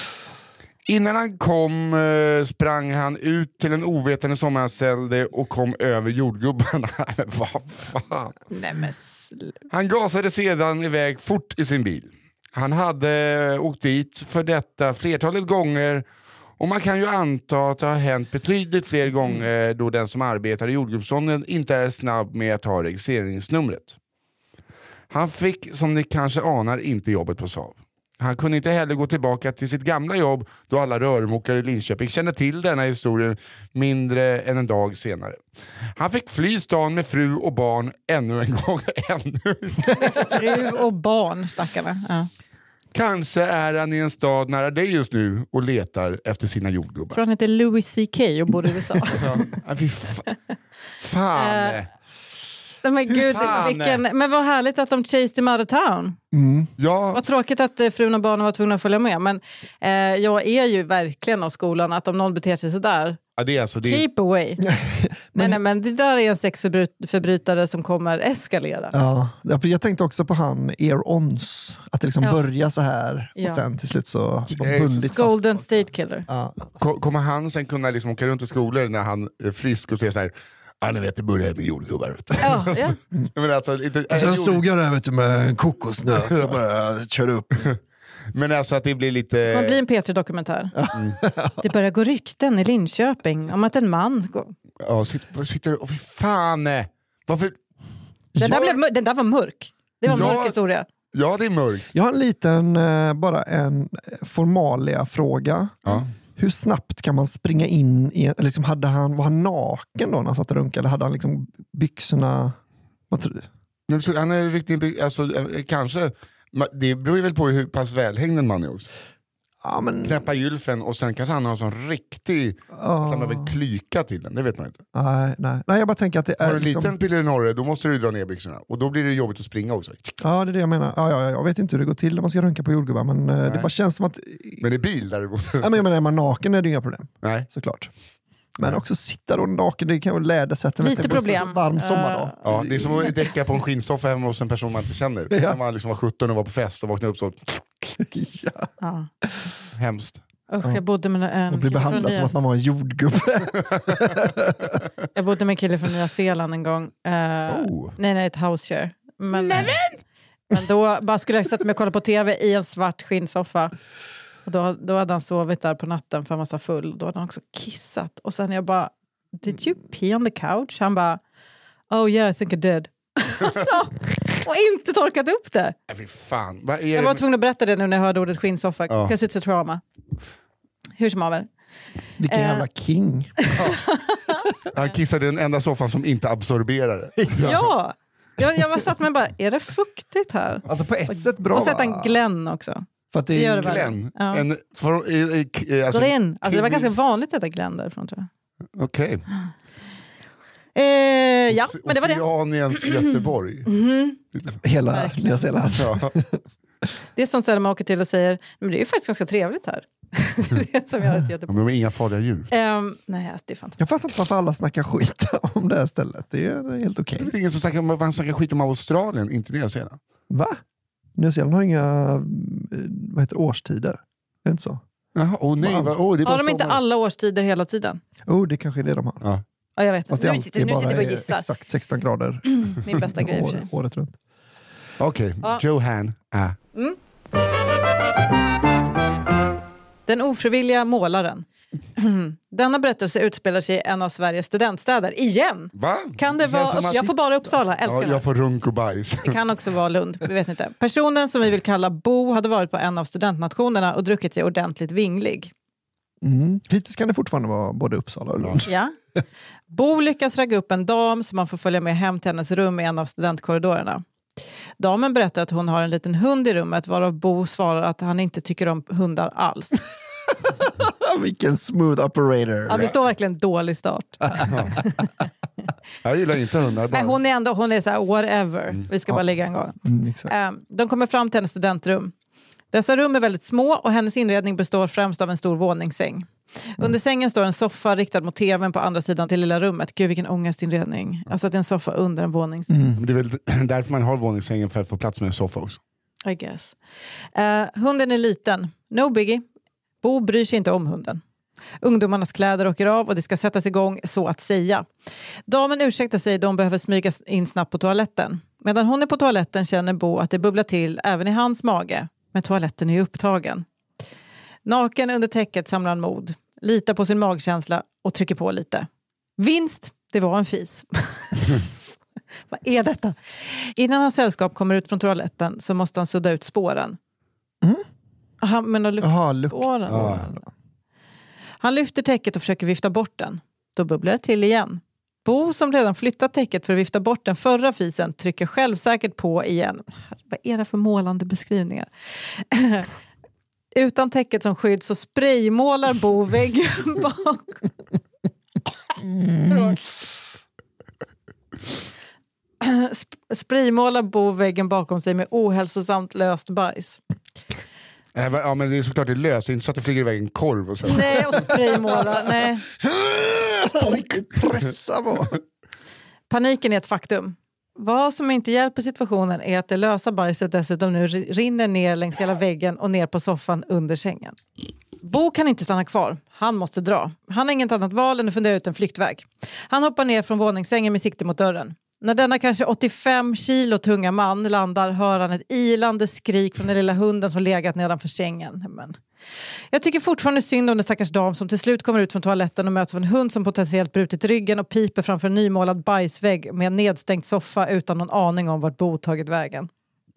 Innan han kom eh, sprang han ut till en ovetande som han ställde och kom över jordgubbarna. Men vad fan? Nej, men sl- Han gasade sedan iväg fort i sin bil. Han hade åkt dit för detta flertalet gånger och man kan ju anta att det har hänt betydligt fler gånger då den som arbetar i jordgubbssonden inte är snabb med att ta registreringsnumret. Han fick, som ni kanske anar, inte jobbet på Saab. Han kunde inte heller gå tillbaka till sitt gamla jobb då alla rörmokare i Linköping kände till denna historien mindre än en dag senare. Han fick fly stan med fru och barn ännu en gång. ännu. fru och barn, stackarna. Ja. Kanske är han i en stad nära dig just nu och letar efter sina jordgubbar. Jag tror han heter Louis C K och bor i U S A. Ja, fy fa- fan. Eh, Men gud, Fan. vilken, men vad härligt att de chased him out of town. Mm. Ja, Vad tråkigt att eh, frun och barnen var tvungna att följa med. Men eh, jag är ju verkligen av skolan att om någon beter sig sådär, ja, det är alltså det. keep away. nej, nej, men det där är en sexförbrytare som kommer eskalera. Ja, jag tänkte också på han Air-Ons. Att det liksom Ja. börjar så här och Ja. sen till slut så har de Eh, bundit fast. Golden State Killer. Ja. Ko- Kommer han sen kunna liksom åka runt i skolor när han är frisk och säga så här: ja, ni vet, det börjar med jordgubbar. Ja, ja. Men, alltså, inte, Och sen äh, stod jag där vet du, med en kokosnöt och bara körde upp. men alltså att det blir lite... Det kommer bli en P tre-dokumentär. Mm. Det börjar gå rykten i Linköping om att en man... Går... Ja, sitter, sitter och fy fan. eh. Varför? Den, där Jag- blev, mör- den där var mörk. Det var en Ja. mörk historia. Ja, det är mörkt. Jag har en liten, eh, bara en formalia fråga. Ja. Hur snabbt kan man springa in i, eller liksom hade han, var han naken då när han satt och runkade? Eller hade han liksom byxorna, vad tror du? Men så- Han är riktigt, alltså, eh, kanske, ma- det beror ju väl på hur pass välhängd en man är också. Ja, men, Knäppa gylfen och sen kanske han har en sån riktig, att han behöver klyka till den, det vet man inte. nej, nej. nej, jag bara tänker att det Har är du en liksom, liten pillenorre, då måste du dra ner byxorna. Och då blir det jobbigt att springa också. ja det är det jag menar. Ja, ja, ja, jag vet inte hur det går till när man ska runka på jordgubbar, men eh, det bara känns som att, Men i bil däremot. ja, men jag menar, är man naken är det inga problem, Nej. såklart. Men också sitta då naken, det kan väl lädersätta Lite på en problem. varm sommardag. Ja, det är som att däcka på en skinnsoffa hemma hos en person man inte känner. Ja. När man liksom var sjutton och var på fest och vaknade upp så Ja. Ja. hemskt. Usch, jag bodde med en Och bli kille från behandlad som Nya... att man var en jordgubbe. Jag bodde med en kille från Nya Zeeland en gång. Eh, Oh. Nej, nej, ett house share. Men, men då bara skulle jag sätta mig och kolla på tv i en svart skinnsoffa. Och då, då hade han sovit där på natten för han var så full. Då hade han också kissat. Och sen jag bara, did you pee on the couch? Han bara, oh yeah, I think I did. Alltså, och inte torkat upp det. Nej, fy fan. Vad är Jag var det? tvungen att berätta det nu när jag hörde ordet skinnsoffa. Ja. Because it's a trauma. Hur som haver. Vilken Eh. jävla king. Han kissade den enda soffan som inte absorberar det. Ja, jag, jag var satt med bara, är det fuktigt här? Alltså på ett sätt bra, Och sätta va? en Glenn också. För att det Det gör är det väl. Glenn. Ja. En, för, eh, eh, alltså, Glenn. Alltså det var ganska kvinnlig- vanligt att äta Glenn därifrån tror jag. Okej. Eh, ja, men det var det. Oceaniens Göteborg. hela Verkligen. Nya Zeeland. Ja. Det är sånt där man åker till och säger, men det är ju faktiskt ganska trevligt här. Det är som jag har till Ja, Göteborg. men de är inga farliga djur. Ehm, nej, det är fantastiskt. Jag fattar inte varför alla snackar skit om det här stället. Det är helt okej. Det är ingen som snackar, man snackar skit om Australien, inte Nya Zeeland. Va? Nya Zeeland har inga eh, vad heter det, årstider. Är det inte så? Jaha, åh nej, vad, åh, det är bara Har de inte sommar. alla årstider hela tiden? Oh, det kanske är det de har. Ja. Ja, jag vet Fast inte. det Nu sitter, nu alltid sitter bara vi och är gissar. exakt sexton grader Min bästa grej i och för sig. år, året runt. Okej, Ja. Johan. Ah. Den ofrivilliga målaren. Denna berättelse utspelar sig i en av Sveriges studentstäder. Igen! Va? Kan det känns vara... som att- Jag får bara Uppsala, älskar Ja, det. jag får runk och bajs. Det kan också vara Lund, vi vet inte. Personen som vi vill kalla Bo hade varit på en av studentnationerna och druckit sig ordentligt vinglig. Mm. Hittills kan det fortfarande vara både Uppsala och Lund. Ja. Bo lyckas ragga upp en dam som man får följa med hem till hennes rum i en av studentkorridorerna. Damen berättar att hon har en liten hund i rummet varav Bo svarar att han inte tycker om hundar alls. Vilken smooth operator. Ja, det står verkligen dålig start. Jag gillar inte hundar. Bara. Nej, hon är ändå hon är så här, whatever. Mm. Vi ska bara ligga en gång. Mm, um, de kommer fram till hennes studentrum. Dessa rum är väldigt små och hennes inredning består främst av en stor våningssäng. Mm. Under sängen står en soffa riktad mot tvn på andra sidan till lilla rummet. Gud, vilken ångestinredning. Alltså att det är en soffa under en våningssäng. Mm. Det är väl därför man har våningssängen, för att få plats med en soffa också. I guess. Uh, hunden är liten. No biggie. Bo bryr sig inte om hunden. Ungdomarnas kläder åker av och det ska sättas igång så att säga. Damen ursäktar sig då hon behöver smyga in snabbt på toaletten. Medan hon är på toaletten känner Bo att det bubblar till även i hans mage. Men toaletten är upptagen. Naken under täcket samlar han mod. Litar på sin magkänsla och trycker på lite. Vinst, det var en fis. Vad är detta? Innan hans sällskap kommer ut från toaletten så måste han sudda ut spåren. Mm. Aha, men då Aha, luktspåren. Ja. Han lyfter täcket och försöker vifta bort den. Då bubblar det till igen. Bo, som redan flyttat täcket för att vifta bort den förra fisen, trycker självsäkert på igen. Vad är det för målande beskrivningar? Utan täcket som skydd så spraymålar Bo väggen bak. Mm. Sp- spraymålar Bo väggen bakom sig med ohälsosamt löst bajs. Ja, men det är såklart det är löst. Det är inte så att det flyger iväg en korv och så. Nej, och spraymåla. Nej. Pressa på. Paniken är ett faktum. Vad som inte hjälper situationen är att det lösa bajset dessutom nu rinner ner längs hela väggen och ner på soffan under sängen. Bo kan inte stanna kvar. Han måste dra. Han har inget annat val än att fundera ut en flyktväg. Han hoppar ner från våningssängen med sikte mot dörren. När denna kanske åttiofem kilo tunga man landar hör han ett ilande skrik från den lilla hunden som legat nedanför sängen. Men jag tycker fortfarande synd om den stackars dam som till slut kommer ut från toaletten och möts av en hund som potentiellt brutit ryggen och piper framför en nymålad bajsvägg med en nedstängt soffa utan någon aning om vart Bo tagit vägen.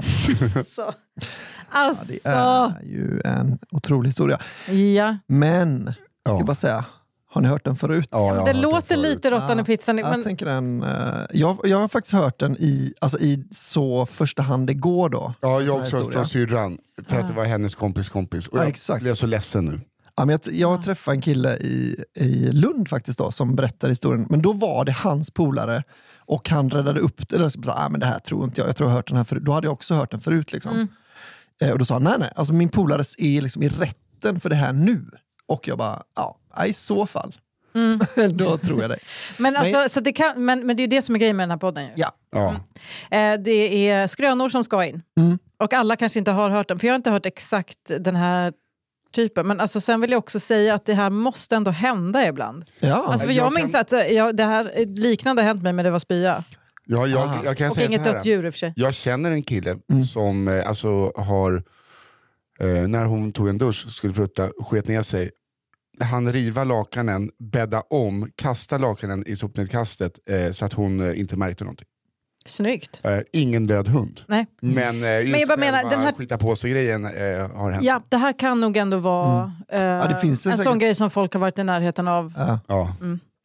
Så. Alltså. Ja, det är ju en otrolig historia. Ja. Men, jag Ja. ska bara säga, har ni hört den förut? Ja, jag har Det hört låter förut. lite råttan i pizzan. Jag, Men... tänker den, uh, jag, jag har faktiskt hört den i, alltså i så första hand igår då. Ja, Sån jag här också historia. från syrran. För att det var hennes kompis kompis. Och Ja, jag exakt. blev så ledsen nu. Ja, men jag, jag träffade en kille i, i Lund faktiskt då, som berättar historien. Men då var det hans polare och han räddade upp det. Eller så sa, ah, men det här tror inte jag. Jag tror jag har hört den här förut. Då hade jag också hört den förut. Liksom. Mm. Eh, och då sa han, nej nej, alltså min polare är liksom i rätten för det här nu. Och jag bara, ja, i så fall. Mm. Då tror jag det. Men, alltså, Men- så det kan, men, men det är ju det som är grejen med den här podden. Ju. Ja. Ja. Eh, det är skrönor som ska in. Mm. Och alla kanske inte har hört den. För jag har inte hört exakt den här typen. Men alltså, sen vill jag också säga att det här måste ändå hända ibland. Ja. Alltså, för jag, jag minns kan- att eh, jag, det här liknande har hänt mig, men det var spya. Ja, jag, Aha. jag kan Och säga inget så här. dött djur i och för sig. Jag känner en kille Mm. som eh, alltså har, eh, när hon tog en dusch skulle prutta, sket ner sig. Han riva lakanen, bädda om, kasta lakanen i sopnedkastet eh, så att hon eh, inte märkte någonting. Snyggt. Eh, ingen död hund. Nej. Men, eh, just Men jag bara menar, själva den här- skita på sig grejen eh, har hänt. Ja, det här kan nog ändå vara eh, det finns ju en säkert- sån grej som folk har varit i närheten av. Ja. Ja.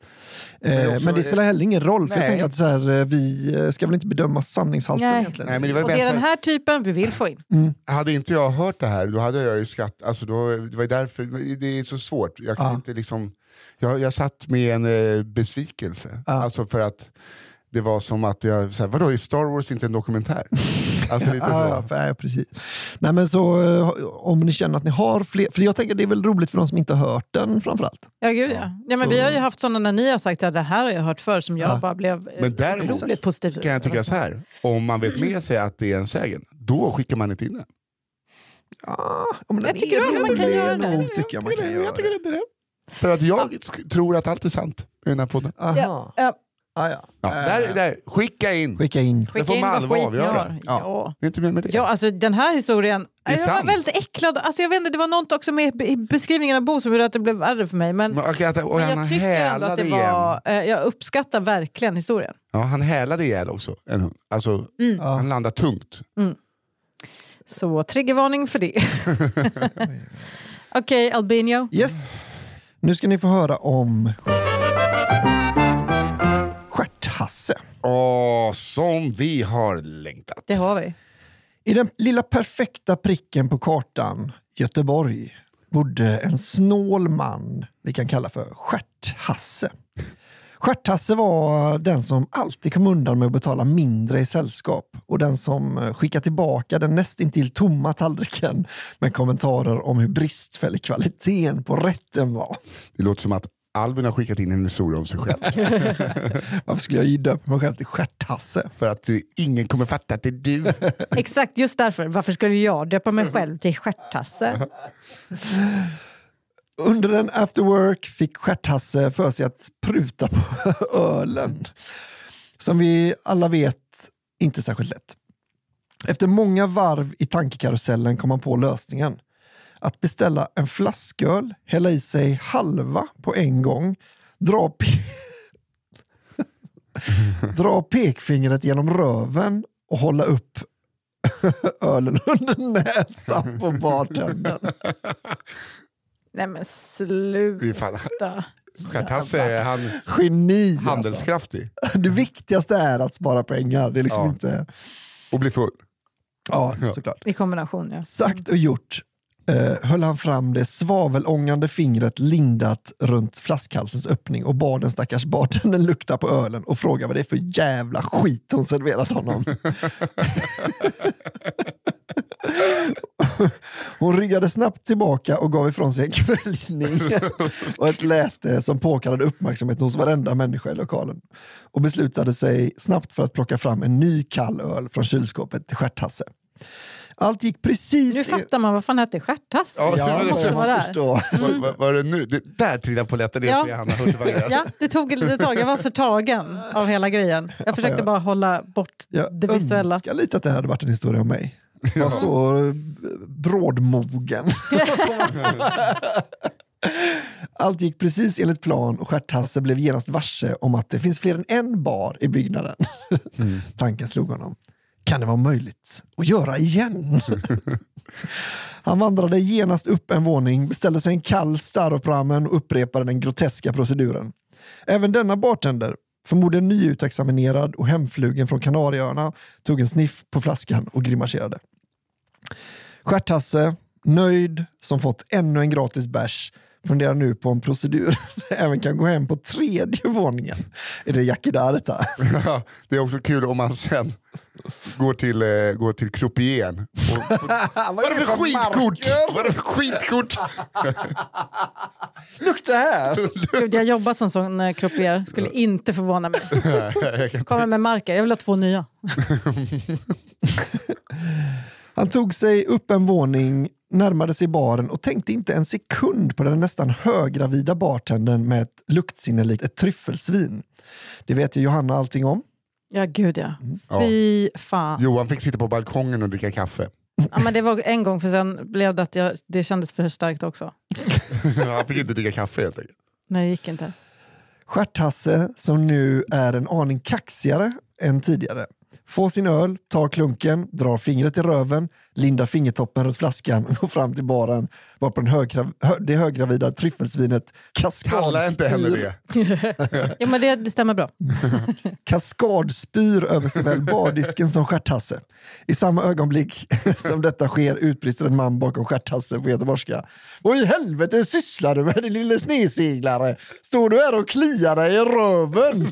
Eh, också- men det spelar heller ingen roll. För jag Nej. tänker att så här, eh, vi eh, ska väl inte bedöma sanningshalten Nej. egentligen. Nej, men det var Och bäst det är den för- här typen vi vill få in. Hade inte jag hört det här, då hade jag ju skatt. Alltså då, det var ju därför, det är så svårt. Jag kan Ja. inte liksom, jag, jag satt med en eh, besvikelse. Ja. Alltså för att det var som att jag, så här, vadå, är Star Wars inte en dokumentär? Alltså lite så. Ja, ja, precis. Nej, men så eh, om ni känner att ni har fler, för jag tänker det är väl roligt för de som inte har hört den framförallt. Ja, gud ja. Ja, men Så- vi har ju haft sådana när ni har sagt att det här har jag hört förr som jag Ja. bara blev eh, Men däremot otroligt positivt. kan jag tycka så här, om man vet med sig att det är en sägen, då skickar man inte in den. Ja, om den Jag tycker är också man kan rolig göra det. nog, tycker jag man kan göra jag tycker inte det. För att jag sk- tror att allt är sant i den här podden. Aha. Ja, ja. Ah, ja. Ja, Eh, där, där, skicka in! Skicka in. Det Skicka får in man vad Malva skit ni avgöra. har. Ja. Ja. Det är inte mer med det. Ja, alltså den här historien, Det är jag var sant. väldigt äcklad. Alltså jag vet inte, det var något också med i beskrivningen av Bo som gjorde att det blev värre för mig. Men, Men, okej, att, och men han jag tycker ändå att hälade det igen. var, eh, jag uppskattar verkligen historien. Ja, han hälade ihjäl också. En hund. Alltså, Mm. Ja. han landar tungt. Så triggervarning för det. Okej, Albinio. Yes. Nu ska ni få höra om Stjärthasse. Åh, som vi har längtat. Det har vi. I den lilla perfekta pricken på kartan, Göteborg, bodde en snål man vi kan kalla för Stjärthasse. Stjärthasse var den som alltid kom undan med att betala mindre i sällskap och den som skickade tillbaka den nästintill tomma tallriken med kommentarer om hur bristfällig kvaliteten på rätten var. Det låter som att Albin har skickat in en historia om sig själv. Varför skulle jag ge döpa mig själv till Stjärthasse? För att du, ingen kommer fatta att det är du. Exakt, just därför. Varför skulle jag döpa mig själv till Stjärthasse? Under en after work fick Stjärthasse för sig att pruta på ölen. Som vi alla vet, inte särskilt lätt. Efter många varv i tankekarusellen kom man på lösningen. Att beställa en flasköl, hälla i sig halva på en gång, dra, pe- dra pekfingret genom röven och hålla upp ölen under näsan på bartendern. Nej men sluta. Stjärthasse är han Geni, handelskraftig. Alltså. Det viktigaste är att spara pengar. Det är liksom ja. inte... Och bli full. Ja, såklart. I kombination, ja. Sagt och gjort eh, höll han fram det svavelångande fingret lindat runt flaskhalsens öppning och bad den stackars bartendern lukta på ölen och fråga vad det är för jävla skit hon serverat honom. Hon ryggade snabbt tillbaka och gav ifrån sig en kvällning och ett läte som påkallade uppmärksamhet hos varenda människa i lokalen och beslutade sig snabbt för att plocka fram en ny kall öl från kylskåpet till Stjärthasse. Allt gick precis... Nu fattar man vad fan hette Stjärthasse. Ja, Ja, det måste var man förstå. Mm. Vad var det nu? Det, där trillade polletten ner Ja. för Hanna Hurtig. Ja, det tog ett litet tag. Jag var för tagen av hela grejen. Jag försökte Ja. bara hålla bort Jag det visuella. önskar lite att det hade varit en historia om mig. Jag var så eh, brådmogen. Allt gick precis enligt plan och Stjärthasse blev genast varse om att det finns fler än en bar i byggnaden. Mm. Tanken slog honom. Kan det vara möjligt att göra igen? Han vandrade genast upp en våning, beställde sig en kall staropramen och upprepade den groteska proceduren. Även denna bartender, förmodligen nyutexaminerad och hemflugen från Kanarieöarna, tog en sniff på flaskan och grimaserade. Stjärthasse, nöjd som fått ännu en gratis bärs, funderar nu på en procedur även kan gå hem på tredje våningen. Är det Jackie där detta? Ja, det är också kul om man sen går till, eh, går till croupieren. Och, och, vad är det för skitkort? Vad är det för skitkort? Lukta här! Gud, jag jobbar som sån eh, croupier. Skulle inte förvåna mig. Kommer med marker. Jag vill ha två nya. Han tog sig upp en våning, närmade sig baren och tänkte inte en sekund på den nästan höggravida bartendern med ett luktsinne likt ett tryffelsvin. Det vet ju Johanna allting om. Ja, gud ja. Ja. Fy fan. Johan fick sitta på balkongen och dricka kaffe. Ja, men det var en gång, för sen blev det att jag, det kändes för starkt också. Han fick inte dricka kaffe helt enkelt. Nej, det gick inte. Stjärthasse, som nu är en aning kaxigare än tidigare, får sin öl, tar klunken, drar fingret i röven, lindar fingertoppen runt flaskan och går fram till baren varpå den högra, hö, det höggravida tryffelsvinet Kalla inte henne kaskadspyr, det. Ja, men det, det stämmer bra. kaskadspyr över såväl bardisken som Stjärthasse. I samma ögonblick som detta sker utbrister en man bakom Stjärthasse på göteborgska. Vad i helvete sysslar du med, din lille sneseglare? Står du här och kliar dig i röven?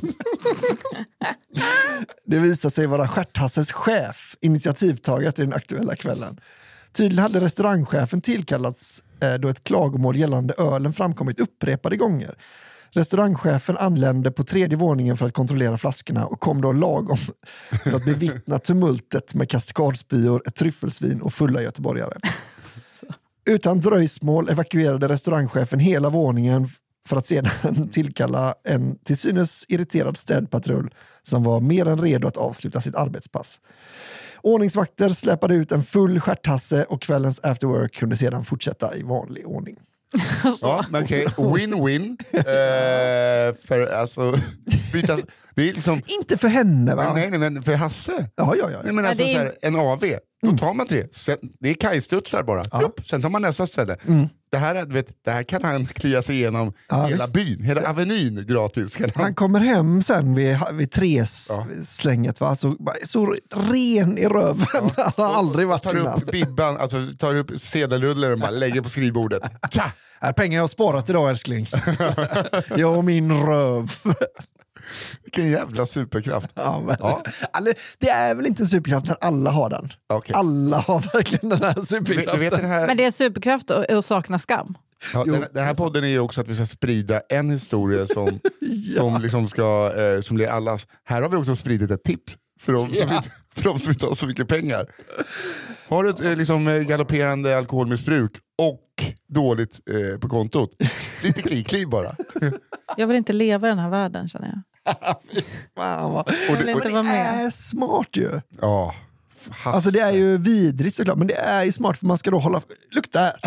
Det visar sig vara Stjärthasses chef, initiativtaget i den aktuella kvällen. Tydligen hade restaurangchefen tillkallats eh, då ett klagomål gällande ölen framkommit upprepade gånger. Restaurangchefen anlände på tredje våningen för att kontrollera flaskorna och kom då lagom för att bevittna tumultet med kaskadspyor, ett tryffelsvin och fulla göteborgare. Utan dröjsmål evakuerade restaurangchefen hela våningen för att sedan tillkalla en till synes irriterad städpatrull som var mer än redo att avsluta sitt arbetspass. Ordningsvakter släpade ut en full Stjärthasse och kvällens afterwork kunde sedan fortsätta i vanlig ordning. Ja, men okej. Win-win. Eh, för alltså, byta, det är liksom... Inte för henne, va? Nej, nej, men för Hasse. Ja, ja, ja. Nej, men alltså, det är- så här, en A V, då tar man tre. Sen, det är kajstudsar bara. Upp, sen tar man nästa ställe. Mm. Det, här, är- du vet, det här kan han klia sig igenom Ja, hela visst. byn, hela avenyn gratis. Kan han. Han kommer hem sen vid, vid tres Ja. slänget, va? Så, så ren i röven. Han har aldrig varit Tar innan. upp bibban, alltså tar upp sedelrullen och bara lägger på skrivbordet. Tja! Här pengar jag har sparat idag, älskling. Jag och min röv. Vilken jävla superkraft. Ja, men, Ja. Alltså, det är väl inte en superkraft när alla har den. Okay. Alla har verkligen den här superkraften. Du vet den här... Men det är superkraft att, att sakna skam. Ja, Jo, den, den här podden är ju också att vi ska sprida en historia som, Ja. som, liksom ska, eh, som blir allas. Här har vi också spridit ett tips för de som, Ja. inte, för de som inte har så mycket pengar. Har du ett eh, liksom, eh, galopperande alkoholmissbruk och dåligt eh, på kontot, lite kli-kli bara. Jag vill inte leva i den här världen, känner jag. Fan, vad... Och Jag vill det, inte och, vara Det med. är smart ju. ja, Hasse. Alltså det är ju vidrigt såklart, men det är ju smart för man ska då hålla... Lukta här!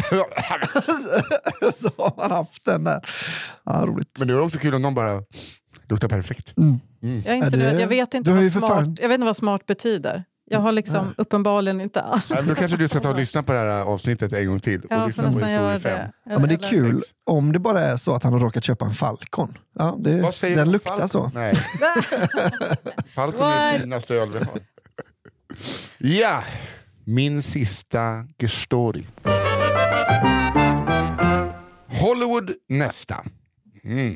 Så har man haft den där. Ja, roligt. Men det är också kul om någon bara luktar perfekt. Mm. Jag inser Är nu det- att jag vet inte du har vad ju för smart, fan- jag vet inte vad smart betyder. Jag har liksom uppenbarligen inte alls. Nej, men då kanske du ska ta och lyssna på det här avsnittet en gång till. Och Jag får lyssna på nästan historia göra fem. det. Ja, men det är Eller- kul om det bara är så att han har råkat köpa en Falcon. Ja, det, Vad säger den du om luktar Falcon? så. Nej. Falcon är det What? finaste öl vi har. Ja, min sista story. Hollywood nästa. Mm.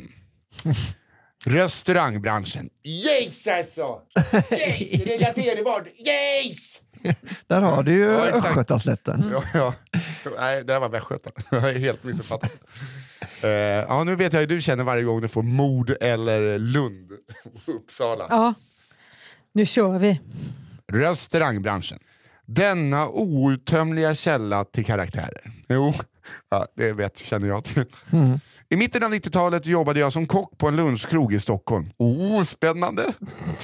Restaurangbranschen. Yes alltså! Yes! Relaterbart. Yes! Där har du ju Ja, exakt. Östgötaslätten. Ja, ja. Nej, det där var Västgötan. Jag är helt missuppfattad. Uh, ja, nu vet jag hur du känner varje gång du får Mord eller Lund. Uppsala. Ja, nu kör vi. Restaurangbranschen. Denna outtömliga källa till karaktärer. Jo, ja, det vet, känner jag till. Mm. I mitten av nittiotalet jobbade jag som kock på en lunchkrog i Stockholm. Oh, spännande!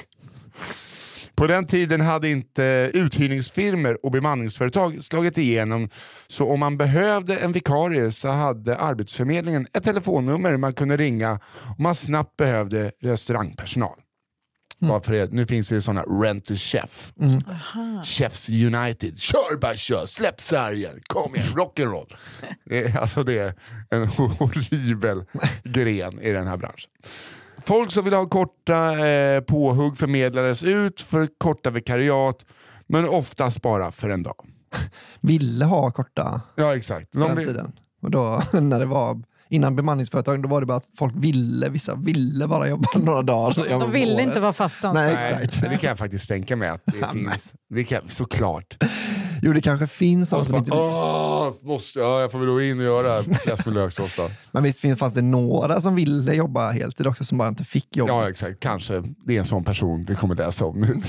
På den tiden hade inte uthyrningsfirmor och bemanningsföretag slagit igenom, så om man behövde en vikarie så hade Arbetsförmedlingen ett telefonnummer man kunde ringa om man snabbt behövde restaurangpersonal. Mm. Varför det, nu finns det sådana rent a chef. Mm. Chefs United. Kör bara kör, släpp sargen, kom igen, rock'n'roll. Det är- Alltså det är en horribel gren i den här branschen. Folk som vill ha korta eh, påhugg förmedlades ut för korta vikariat, men oftast bara för en dag. Ville ha korta Ja, exakt. på De den vill, tiden. Och då, när det var innan bemanningsföretag, då var det bara att folk ville, vissa ville bara jobba några dagar. De ville inte vara fast anställda. Nej, nej, exakt. men det kan jag faktiskt tänka mig att det finns. Det kan, såklart. Jo, det kanske finns sånt Och så som bara, inte... Åh, måste, ja, jag får väl gå in och göra fläsk med löksås då. Men visst finns, fanns det några som ville jobba heltid också som bara inte fick jobba. Ja, exakt. Kanske det är en sån person vi kommer läsa om nu.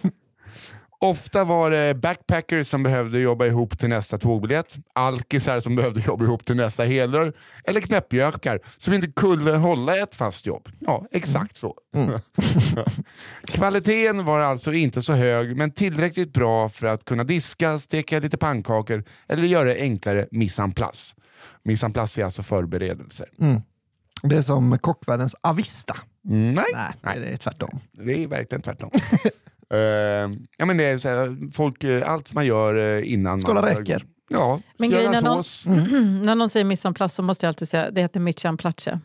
Ofta var det backpackers som behövde jobba ihop till nästa tågbiljett, alkisar som behövde jobba ihop till nästa helår, eller knäppjökar som inte kunde hålla ett fast jobb. Ja, exakt så. Mm. Kvaliteten var alltså inte så hög, men tillräckligt bra för att kunna diska, steka lite pannkakor eller göra det enklare mise en place. Mise en place är alltså förberedelser. Mm. Det är som kockvärldens Avista. Mm, nej, Nej, nej, det är tvärtom. det är verkligen tvärtom. Uh, ja, men det är så här, folk, uh, allt som man gör uh, innan Skåla man... räcker. Ja, Men göra grejen är någon- sås. När någon säger mise en place så måste jag alltid säga det heter mise en place.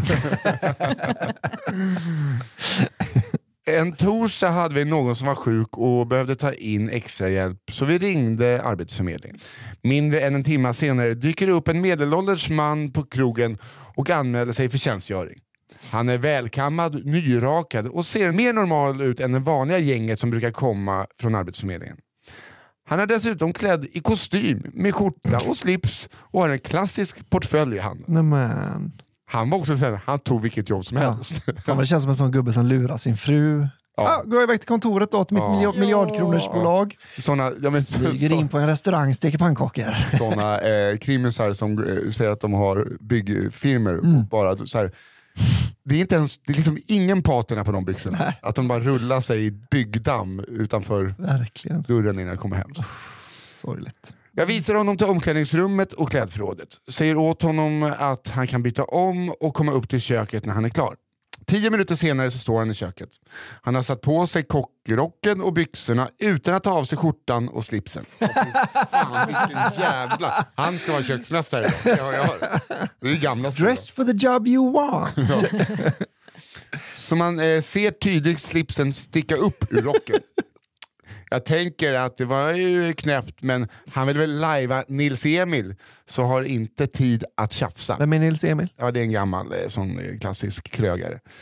En torsdag hade vi någon som var sjuk och behövde ta in extra hjälp, så vi ringde Arbetsförmedlingen. Mindre än en timme senare dyker det upp en medelålders man på krogen och anmäler sig för tjänstgöring. Han är välkammad, nyrakad och ser mer normal ut än det vanliga gänget som brukar komma från Arbetsförmedlingen. Han är dessutom klädd i kostym med skjorta och slips och har en klassisk portfölj i handen. Nej, men... Han var också sen, han tog vilket jobb som Ja. helst. Fan, vad det känns som en sån gubbe som lurar sin fru. Ja. Ah, går iväg till kontoret då, till mitt Ja. miljard, miljardkronorsbolag. Såna, ja, men, Flyger in på en restaurang, steker pannkakor. såna eh, krimisar som eh, säger att de har byggfirmor Mm. och bara så här. Det är inte ens, det är liksom ingen patina på de byxorna. Nej. Att de bara rullar sig i byggdamm utanför Verkligen. dörren innan jag kommer hem. Sorgligt. Jag visar honom till omklädningsrummet och klädförrådet. Säger åt honom att han kan byta om och komma upp till köket när han är klar. Tio minuter senare så står han i köket. Han har satt på sig kockrocken och byxorna utan att ta av sig skjortan och slipsen. Åh, fy fan, vilken jävla... Han ska vara köksmästare idag. Ja, ja. Det är gamla skolan. Dress for the job you want. Ja. Så man eh, ser tydligt slipsen sticka upp ur rocken. Jag tänker att det var ju knäppt, men han vill väl lajva Nils Emil, så har inte tid att tjafsa. Vem är Nils Emil? Ja, det är en gammal eh, sån eh, klassisk krögare.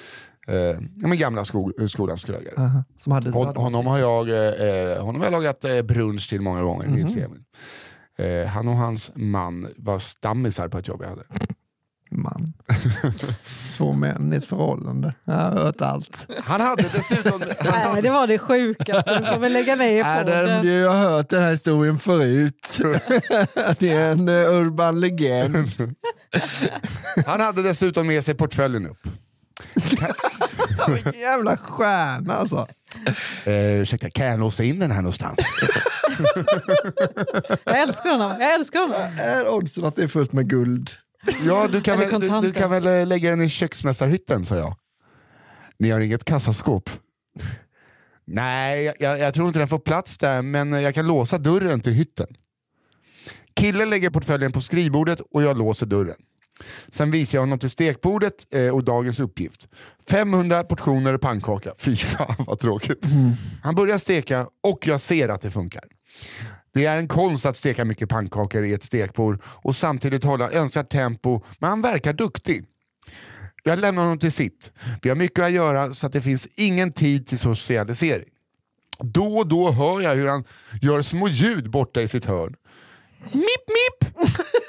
Eh, ja, men gamla sko- skolans krögare. Uh-huh. Som hade, Hon, honom har jag eh, honom har jag lagat eh, brunch till många gånger. Mm-hmm. eh, Han och hans man var stammisar på ett jobb jag hade. Man. Två män i ett förhållande. Jag har hört allt. Han hade dessutom... Han... Nej, det var det sjukaste. Du får väl lägga ner på Adam, det. jag har hört den här historien förut. Det är en uh, urban legend. Han hade dessutom med sig portföljen upp. Vilken jävla stjärna alltså. Eh, ursäkta, kan jag låsa in den här någonstans? Jag älskar honom. Jag älskar honom. Är oddsen att det är fullt med guld? Ja, du kan, Eller väl, du, du kan väl lägga den i köksmästarhytten, sa jag. Ni har inget kassaskåp? Nej, jag, jag tror inte den får plats där, men jag kan låsa dörren till hytten. Killen lägger portföljen på skrivbordet och jag låser dörren. Sen visar jag honom till stekbordet eh, och dagens uppgift. femhundra portioner pannkaka. Fy fan vad tråkigt. Mm. Han börjar steka och jag ser att det funkar. Det är en konst att steka mycket pannkakor i ett stekbord och samtidigt hålla önskvärt tempo, men han verkar duktig. Jag lämnar honom till sitt. Vi har mycket att göra så att det finns ingen tid till socialisering. Då och då hör jag hur han gör små ljud borta i sitt hörn. Mip, mip!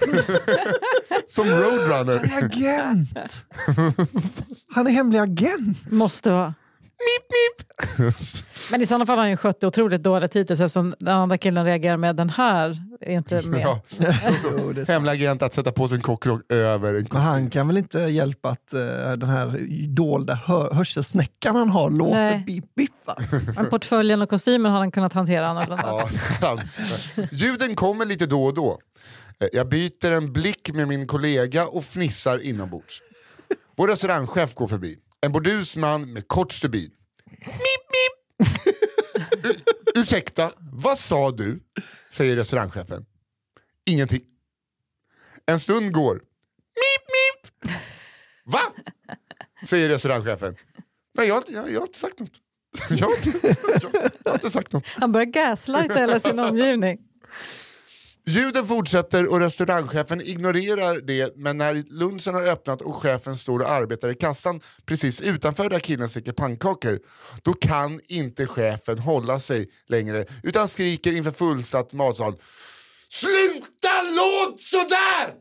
Som Roadrunner. Han är agent. Han är hemlig agent. Måste vara. Mip, mip! Men i sådana fall har han ju skött det otroligt dåligt hittills eftersom den andra killen reagerar med den här är inte med. Ja. Hemlig agent att sätta på sin kockrock över en Men han kan väl inte hjälpa att uh, den här dolda hör- hörselsnäckan han har låter bip, bip, va? Men portföljen och kostymen har han kunnat hantera annorlunda. Ja, ljuden kommer lite då och då. Jag byter en blick med min kollega och fnissar inombords. Vår restaurangchef går förbi. En bordus man med kort stubin. Mip, mip! U- ursäkta, vad sa du? Säger restaurangchefen. Ingenting. En stund går. Mip, mip! Va? Säger restaurangchefen. Nej, jag, jag, jag har inte sagt något. Jag har inte, jag, jag har inte sagt något. Han börjar gaslighta hela sin omgivning. Ljuden fortsätter och restaurangchefen ignorerar det, men när lunchen har öppnat och chefen står och arbetar i kassan precis utanför där killen steker pannkakor, då kan inte chefen hålla sig längre utan skriker inför fullsatt matsal: sluta låt sådär!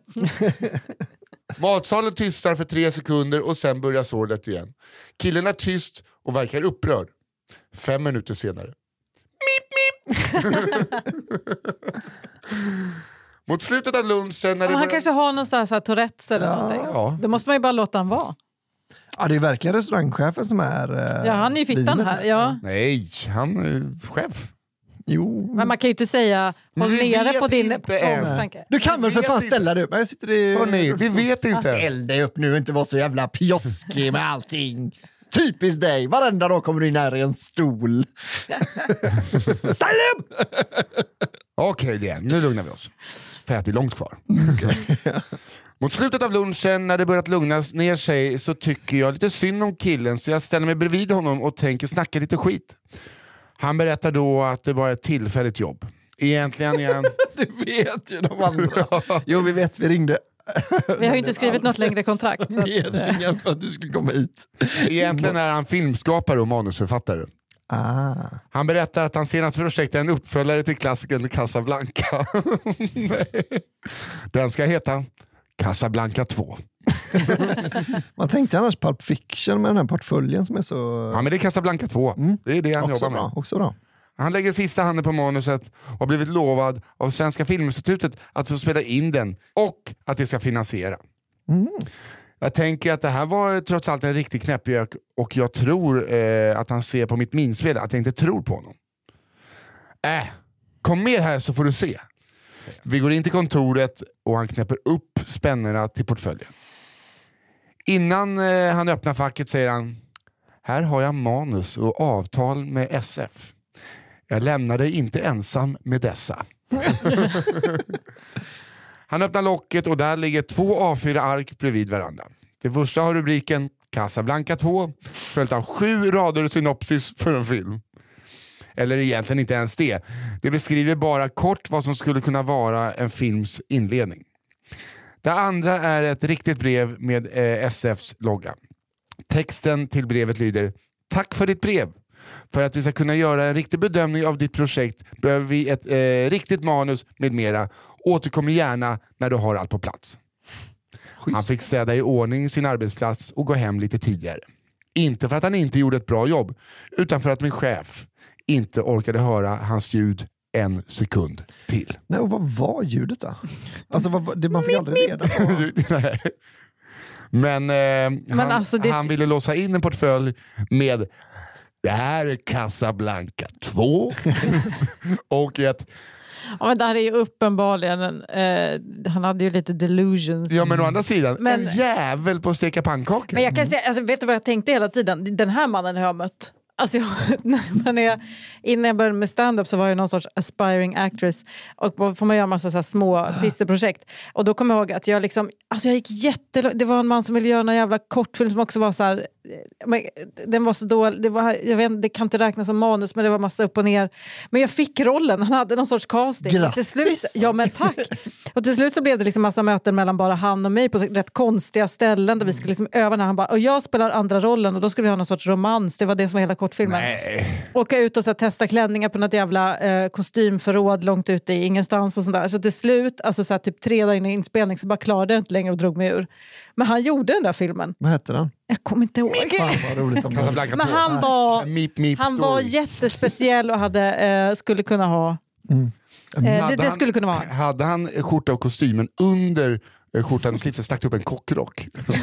Matsalen tystar för tre sekunder och sen börjar sorlet igen. Killen är tyst och verkar upprörd. Fem minuter senare. Mip, mip! Mot slutet av lunchen... När det Han börjar... kanske har någonstans här Tourettes eller Ja. någonting. Ja. Det måste man ju bara låta han vara. Ja, det är verkligen restaurangchefen som är... Uh, Ja, han är ju fittan här. Ja. Nej, han är chef. Jo. Men man kan ju inte säga håll Vi nere vet på din inte än. tvångstanke. Du kan väl för vet fan inte. ställa dig upp? Jag sitter i... Hörrni, vi vet inte. Eld dig upp nu, inte vara så jävla pjoskig med allting. Typiskt dig, varenda dag kommer du in här i en stol. Ställ upp! Okej, det nu lugnar vi oss. För att det är långt kvar. Mot slutet av lunchen, när det börjat lugnas ner sig, så tycker jag lite synd om killen, så jag ställer mig bredvid honom och tänker snacka lite skit. Han berättar då att det bara är ett tillfälligt jobb. Egentligen är han... Du vet ju de andra. Jo, vi vet, vi ringde. Vi har ju inte skrivit något längre kontrakt. Så att, Medringen för att du skulle komma hit. Egentligen är han filmskapare och manusförfattare. Ah. Han berättar att hans senaste projekt är en uppföljare till klassikern Casablanca. Den ska heta Casablanca två. Man tänkte annars Pulp Fiction med den här portföljen som är så... Ja, men det är Casablanca två. Mm. Det är det han också jobbar med. bra, också bra. Han lägger sista handen på manuset och har blivit lovad av Svenska Filminstitutet att få spela in den och att det ska finansiera. Mm. Jag tänker att det här var trots allt en riktig knäppjök och jag tror eh, att han ser på mitt minspel att jag inte tror på honom. Äh, kom med här så får du se. Vi går in till kontoret och han knäpper upp spännerna till portföljen. Innan eh, han öppnar facket säger han: här har jag manus och avtal med S F. Jag lämnar dig inte ensam med dessa. Han öppnar locket och där ligger två A fyra ark bredvid varandra. Det första har rubriken Casablanca två, följt av sju rader synopsis för en film. Eller egentligen inte ens det. Det beskriver bara kort vad som skulle kunna vara en films inledning. Det andra är ett riktigt brev med eh, S Fs logga. Texten till brevet lyder: tack för ditt brev. För att vi ska kunna göra en riktig bedömning av ditt projekt behöver vi ett eh, riktigt manus med mera. Återkom gärna när du har allt på plats. Schysst. Han fick städa i ordning sin arbetsplats och gå hem lite tidigare. Inte för att han inte gjorde ett bra jobb, utan för att min chef inte orkade höra hans ljud en sekund till. Nej, och vad var ljudet då? Alltså, vad, det man fick aldrig reda på. Men, eh, Men han, alltså det... han ville låsa in en portfölj med: det här är Casablanca två och ett... Ja, men där är ju uppenbarligen eh, han hade ju lite delusions. Ja, men å andra sidan, men, en jävel på att steka pannkakor. Men jag kan säga, alltså, vet du vad jag tänkte hela tiden? Den här mannen har jag mött. Alltså, jag, när man är, innan jag började med stand-up så var jag någon sorts aspiring actress och får man göra en massa så här små pisseprojekt. Och då kommer jag ihåg att jag liksom, alltså jag gick jättelångt, det var en man som ville göra en jävla kortfilm som också var så här, men den var så dålig, det var, jag vet, det kan inte räknas som manus, men det var massa upp och ner. Men jag fick rollen, han hade någon sorts casting. Grattis! Till slut, ja men tack! Och till slut så blev det liksom massa möten mellan bara han och mig på rätt konstiga ställen där vi skulle liksom öva när han bara, och jag spelar andra rollen och då skulle vi ha någon sorts romans, det var det som var hela kortfilmen. Nej. Åka ut och så här, testa klänningar på något jävla eh, kostymförråd långt ute i ingenstans och sådär. Så till slut, alltså så här, typ tre dagar in i inspelning så bara klarade jag inte längre och drog mig ur. Men han gjorde den där filmen. Vad hette den? Jag kommer inte ihåg. Fan vad roligt om det. Men han var, meep, meep han story. var jättespeciell och hade, eh, skulle kunna ha... Mm. Eh, det, Hade det han- skulle kunna vara. Hade han skjorta och kostymen under eh, skjortan och slipsen stack upp en kockrock?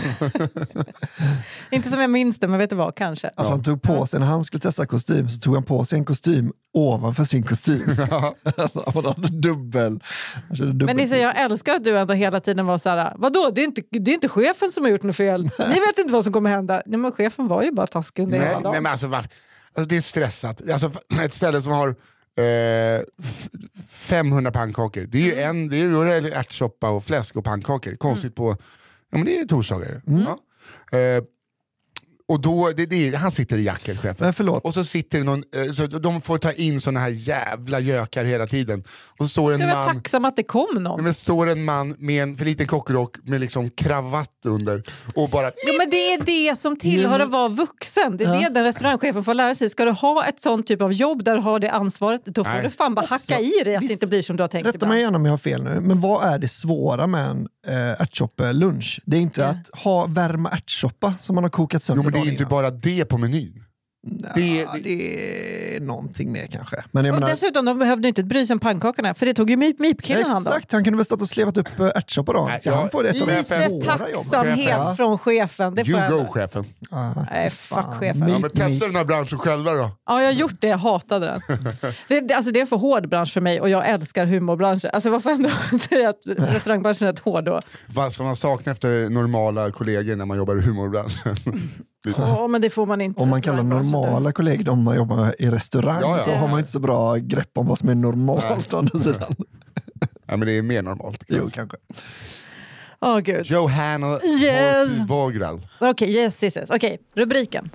Inte som jag minns det, men vet du vad? Kanske. Att han tog på sig, när han skulle testa kostym så tog han på sig en kostym ovanför sin kostym. Alltså, han hade dubbel. Han körde dubbel. Men Nisse, jag älskar att du ändå hela tiden var så här: vadå, det är inte, det är inte chefen som har gjort något fel. Ni vet inte vad som kommer hända. Nej, men chefen var ju bara taskig under nej, hela dagen. nej, men alltså, varför? Alltså, det är stressat. Alltså, ett ställe som har eh, f- femhundra pannkakor. Det är ju en, det är ju ärtsoppa och fläsk och pannkakor. Konstigt på, ja men det är torsdagar. Ja. Eh, och då, det, det, han sitter i jacket, chefen. Men förlåt. Och så sitter det någon, eh, så de får ta in såna här jävla gökar hela tiden. Och så står Ska en vi vara man... tacksamma att det kom någon? Men står en man med en för liten kockrock med liksom kravatt under och bara... Ja, men det är det som tillhör att vara vuxen. Det är det den restaurangchefen får lära sig. Ska du ha ett sånt typ av jobb där du har det ansvaret, då får Nej. du fan bara hacka i dig att Visst. det inte blir som du har tänkt. Rätta mig igen om jag har fel nu, men vad är det svåra med en äh, ärtsoppa-lunch? Det är inte Ja. att ha värma ärtsoppa som man har kokat sönder Jo, men det är dagen inte innan. bara det på menyn. Ja, det- det är någonting mer kanske. Men jag Och menar, dessutom, de behövde inte bry sig om pannkakorna, för det tog ju Mip- Mip-killen hand om. exakt, han kunde väl stått och slevat upp äh, ärtsoppa då. Nej, Så jag- han får det ett av de Lite svåra jobben. tacksamhet Chefen. från chefen. Det får You jag go, ändå. chefen. Ah, Nej, fuck fan. chefen. Ja, men testa den här branschen själva då. Ja, jag har gjort det. Jag hatade den. Det, det, alltså, det är en för hård bransch för mig och jag älskar humorbranschen. Alltså varför ändå säga att restaurangbranschen är ett hård då? Vad som man saknar efter normala kollegor när man jobbar i humorbranschen. Ja, men det får man inte. Om man kallar normala kollegor de man jobbar i restaurang Ja, ja. så har man inte så bra grepp om vad som är normalt å andra sidan. Ja, men det är mer normalt. Jo, kanske. Åh gud. Johanna Yes. Vogral. Okej, yes, yes, yes. Okej, rubriken.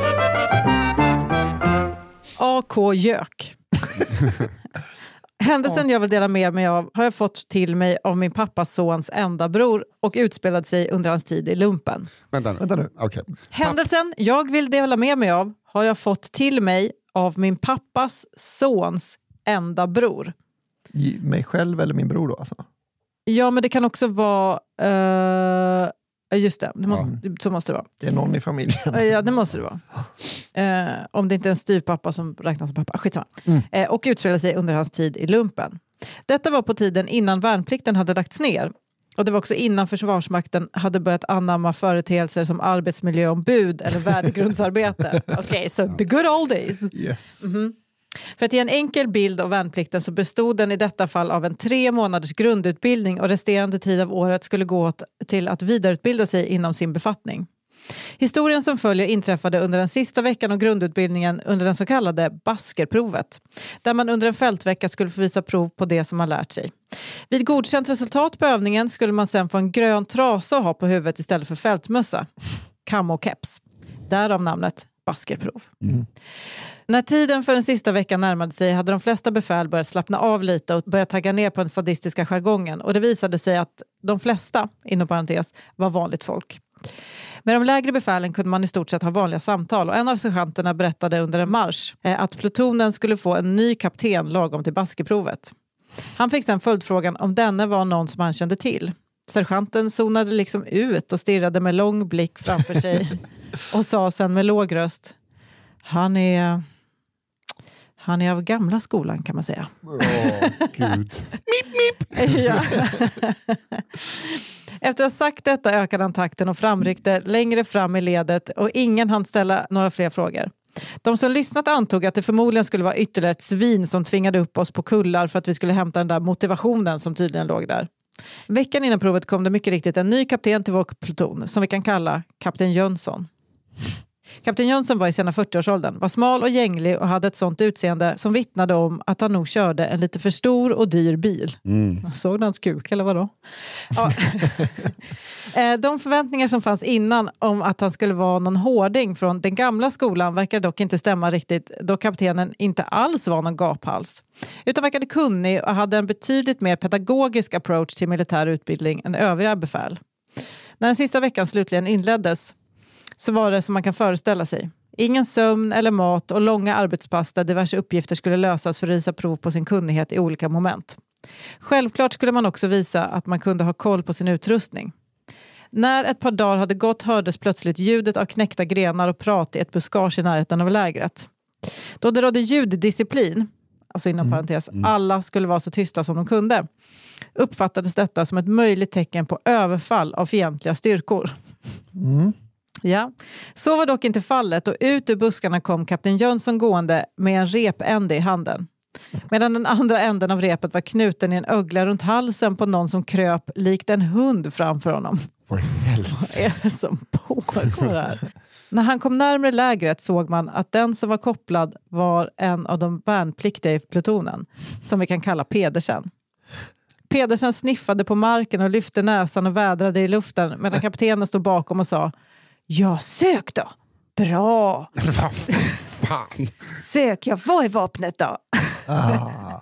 A K Jök. Händelsen jag vill dela med mig av har jag fått till mig av min pappas sons enda bror och utspelade sig under hans tid i lumpen. Vänta nu. Vänta nu. Okej. Händelsen jag vill dela med mig av har jag fått till mig av min pappas sons enda bror. I mig själv eller min bror då alltså? Ja, men det kan också vara... Uh, just det, det måste, så måste det vara. Det är någon i familjen. Eh, Ja, det måste det vara. Eh, om det inte är en styvpappa som räknas som pappa. Skitsamma. Mm. Eh, och utspelade sig under hans tid i lumpen. Detta var på tiden innan värnplikten hade lagts ner. Och det var också innan Försvarsmakten hade börjat anamma företeelser som arbetsmiljöombud eller värdegrundsarbete. Okej, okay, så so the good old days. Yes. Mhm. För att ge en enkel bild av värnplikten så bestod den i detta fall av en tre månaders grundutbildning och resterande tid av året skulle gå åt till att vidareutbilda sig inom sin befattning. Historien som följer inträffade under den sista veckan av grundutbildningen under den så kallade Baskerprovet, där man under en fältvecka skulle få visa prov på det som man lärt sig. Vid godkänt resultat på övningen skulle man sedan få en grön trasa att ha på huvudet istället för fältmössa. Camo-keps. Därav namnet Baskerprov. Mm. När tiden för den sista veckan närmade sig hade de flesta befäl börjat slappna av lite och börjat tagga ner på den sadistiska jargongen. Och det visade sig att de flesta, inom parentes, var vanligt folk. Med de lägre befälen kunde man i stort sett ha vanliga samtal och en av sergeanterna berättade under en marsch eh, att plutonen skulle få en ny kapten lagom till baskeprovet. Han fick sedan följdfrågan om denne var någon som han kände till. Sergeanten zonade liksom ut och stirrade med lång blick framför sig och sa sen med låg röst: Han är... Han är av gamla skolan kan man säga. Åh, gud. Mip, mip. Ja. Efter att ha sagt detta ökade han takten och framryckte längre fram i ledet och ingen hann ställa några fler frågor. De som lyssnat antog att det förmodligen skulle vara ytterligare ett svin som tvingade upp oss på kullar för att vi skulle hämta den där motivationen som tydligen låg där. Veckan innan provet kom det mycket riktigt en ny kapten till vår pluton som vi kan kalla Kapten Jönsson. Kapten Jönsson var i sina fyrtioårsåldern, var smal och gänglig och hade ett sånt utseende som vittnade om att han nog körde en lite för stor och dyr bil. Mm. Såg du hans kuk eller vadå? Ja. De förväntningar som fanns innan om att han skulle vara någon hårding från den gamla skolan verkar dock inte stämma riktigt, då kaptenen inte alls var någon gaphals. Utan verkade kunnig och hade en betydligt mer pedagogisk approach till militär utbildning än övriga befäl. När den sista veckan slutligen inleddes så var det som man kan föreställa sig. Ingen sömn eller mat och långa arbetspass där diverse uppgifter skulle lösas för att visa prov på sin kunnighet i olika moment. Självklart skulle man också visa att man kunde ha koll på sin utrustning. När ett par dagar hade gått hördes plötsligt ljudet av knäckta grenar och prat i ett buskage i närheten av lägret. Då det rådde ljuddisciplin, alltså inom mm. parentes, alla skulle vara så tysta som de kunde, uppfattades detta som ett möjligt tecken på överfall av fientliga styrkor. Mm. Ja, så var dock inte fallet och ut ur buskarna kom kapten Jönsson gående med en repände i handen. Medan den andra änden av repet var knuten i en ögla runt halsen på någon som kröp likt en hund framför honom. Vad är det som pågår här? När han kom närmare lägret såg man att den som var kopplad var en av de värnpliktiga i plutonen, som vi kan kalla Pedersen. Pedersen sniffade på marken och lyfte näsan och vädrade i luften medan kaptenen stod bakom och sa: Ja, sök då. Bra. Fan. Sök, jag var i vapnet då. Ah.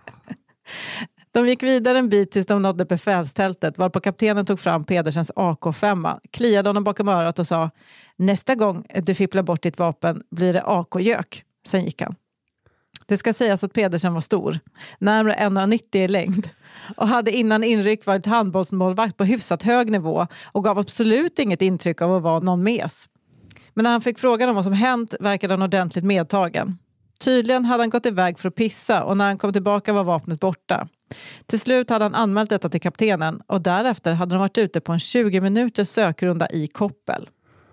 De gick vidare en bit tills de nådde befälstältet, varpå kaptenen tog fram Pedersens A K fem, kliade honom bakom örat och sa: Nästa gång du fipplar bort ditt vapen blir det A K-gök. Sen gick han. Det ska sägas att Pedersen var stor, närmare en komma nittio i längd, och hade innan inryck varit handbollsmålvakt på hyfsat hög nivå och gav absolut inget intryck av att vara någon mes. Men när han fick frågan om vad som hänt verkade han ordentligt medtagen. Tydligen hade han gått iväg för att pissa och när han kom tillbaka var vapnet borta. Till slut hade han anmält detta till kaptenen och därefter hade de varit ute på en tjugo minuters sökrunda i Koppel.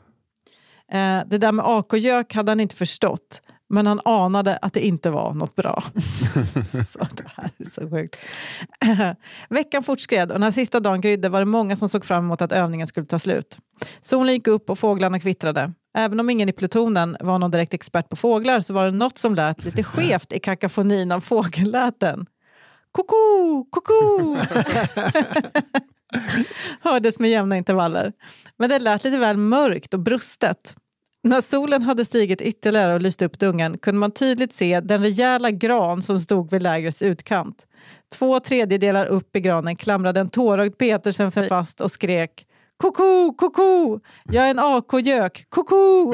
Eh, det där med A K-gök hade han inte förstått. Men han anade att det inte var något bra. Så det här är så sjukt. Veckan fortskred och när sista dagen grydde var det många som såg fram emot att övningen skulle ta slut. Solen gick upp och fåglarna kvittrade. Även om ingen i plutonen var någon direkt expert på fåglar så var det något som lät lite skevt i kakafonin av fågelläten. Koko, koko! Hördes med jämna intervaller. Men det lät lite väl mörkt och brustet. När solen hade stigit ytterligare och lyst upp dungan kunde man tydligt se den rejäla gran som stod vid lägrets utkant. Två tredjedelar upp i granen klamrade en tårögd Petersen sig fast och skrek: Koko, koko! Jag är en A K-gök, koko!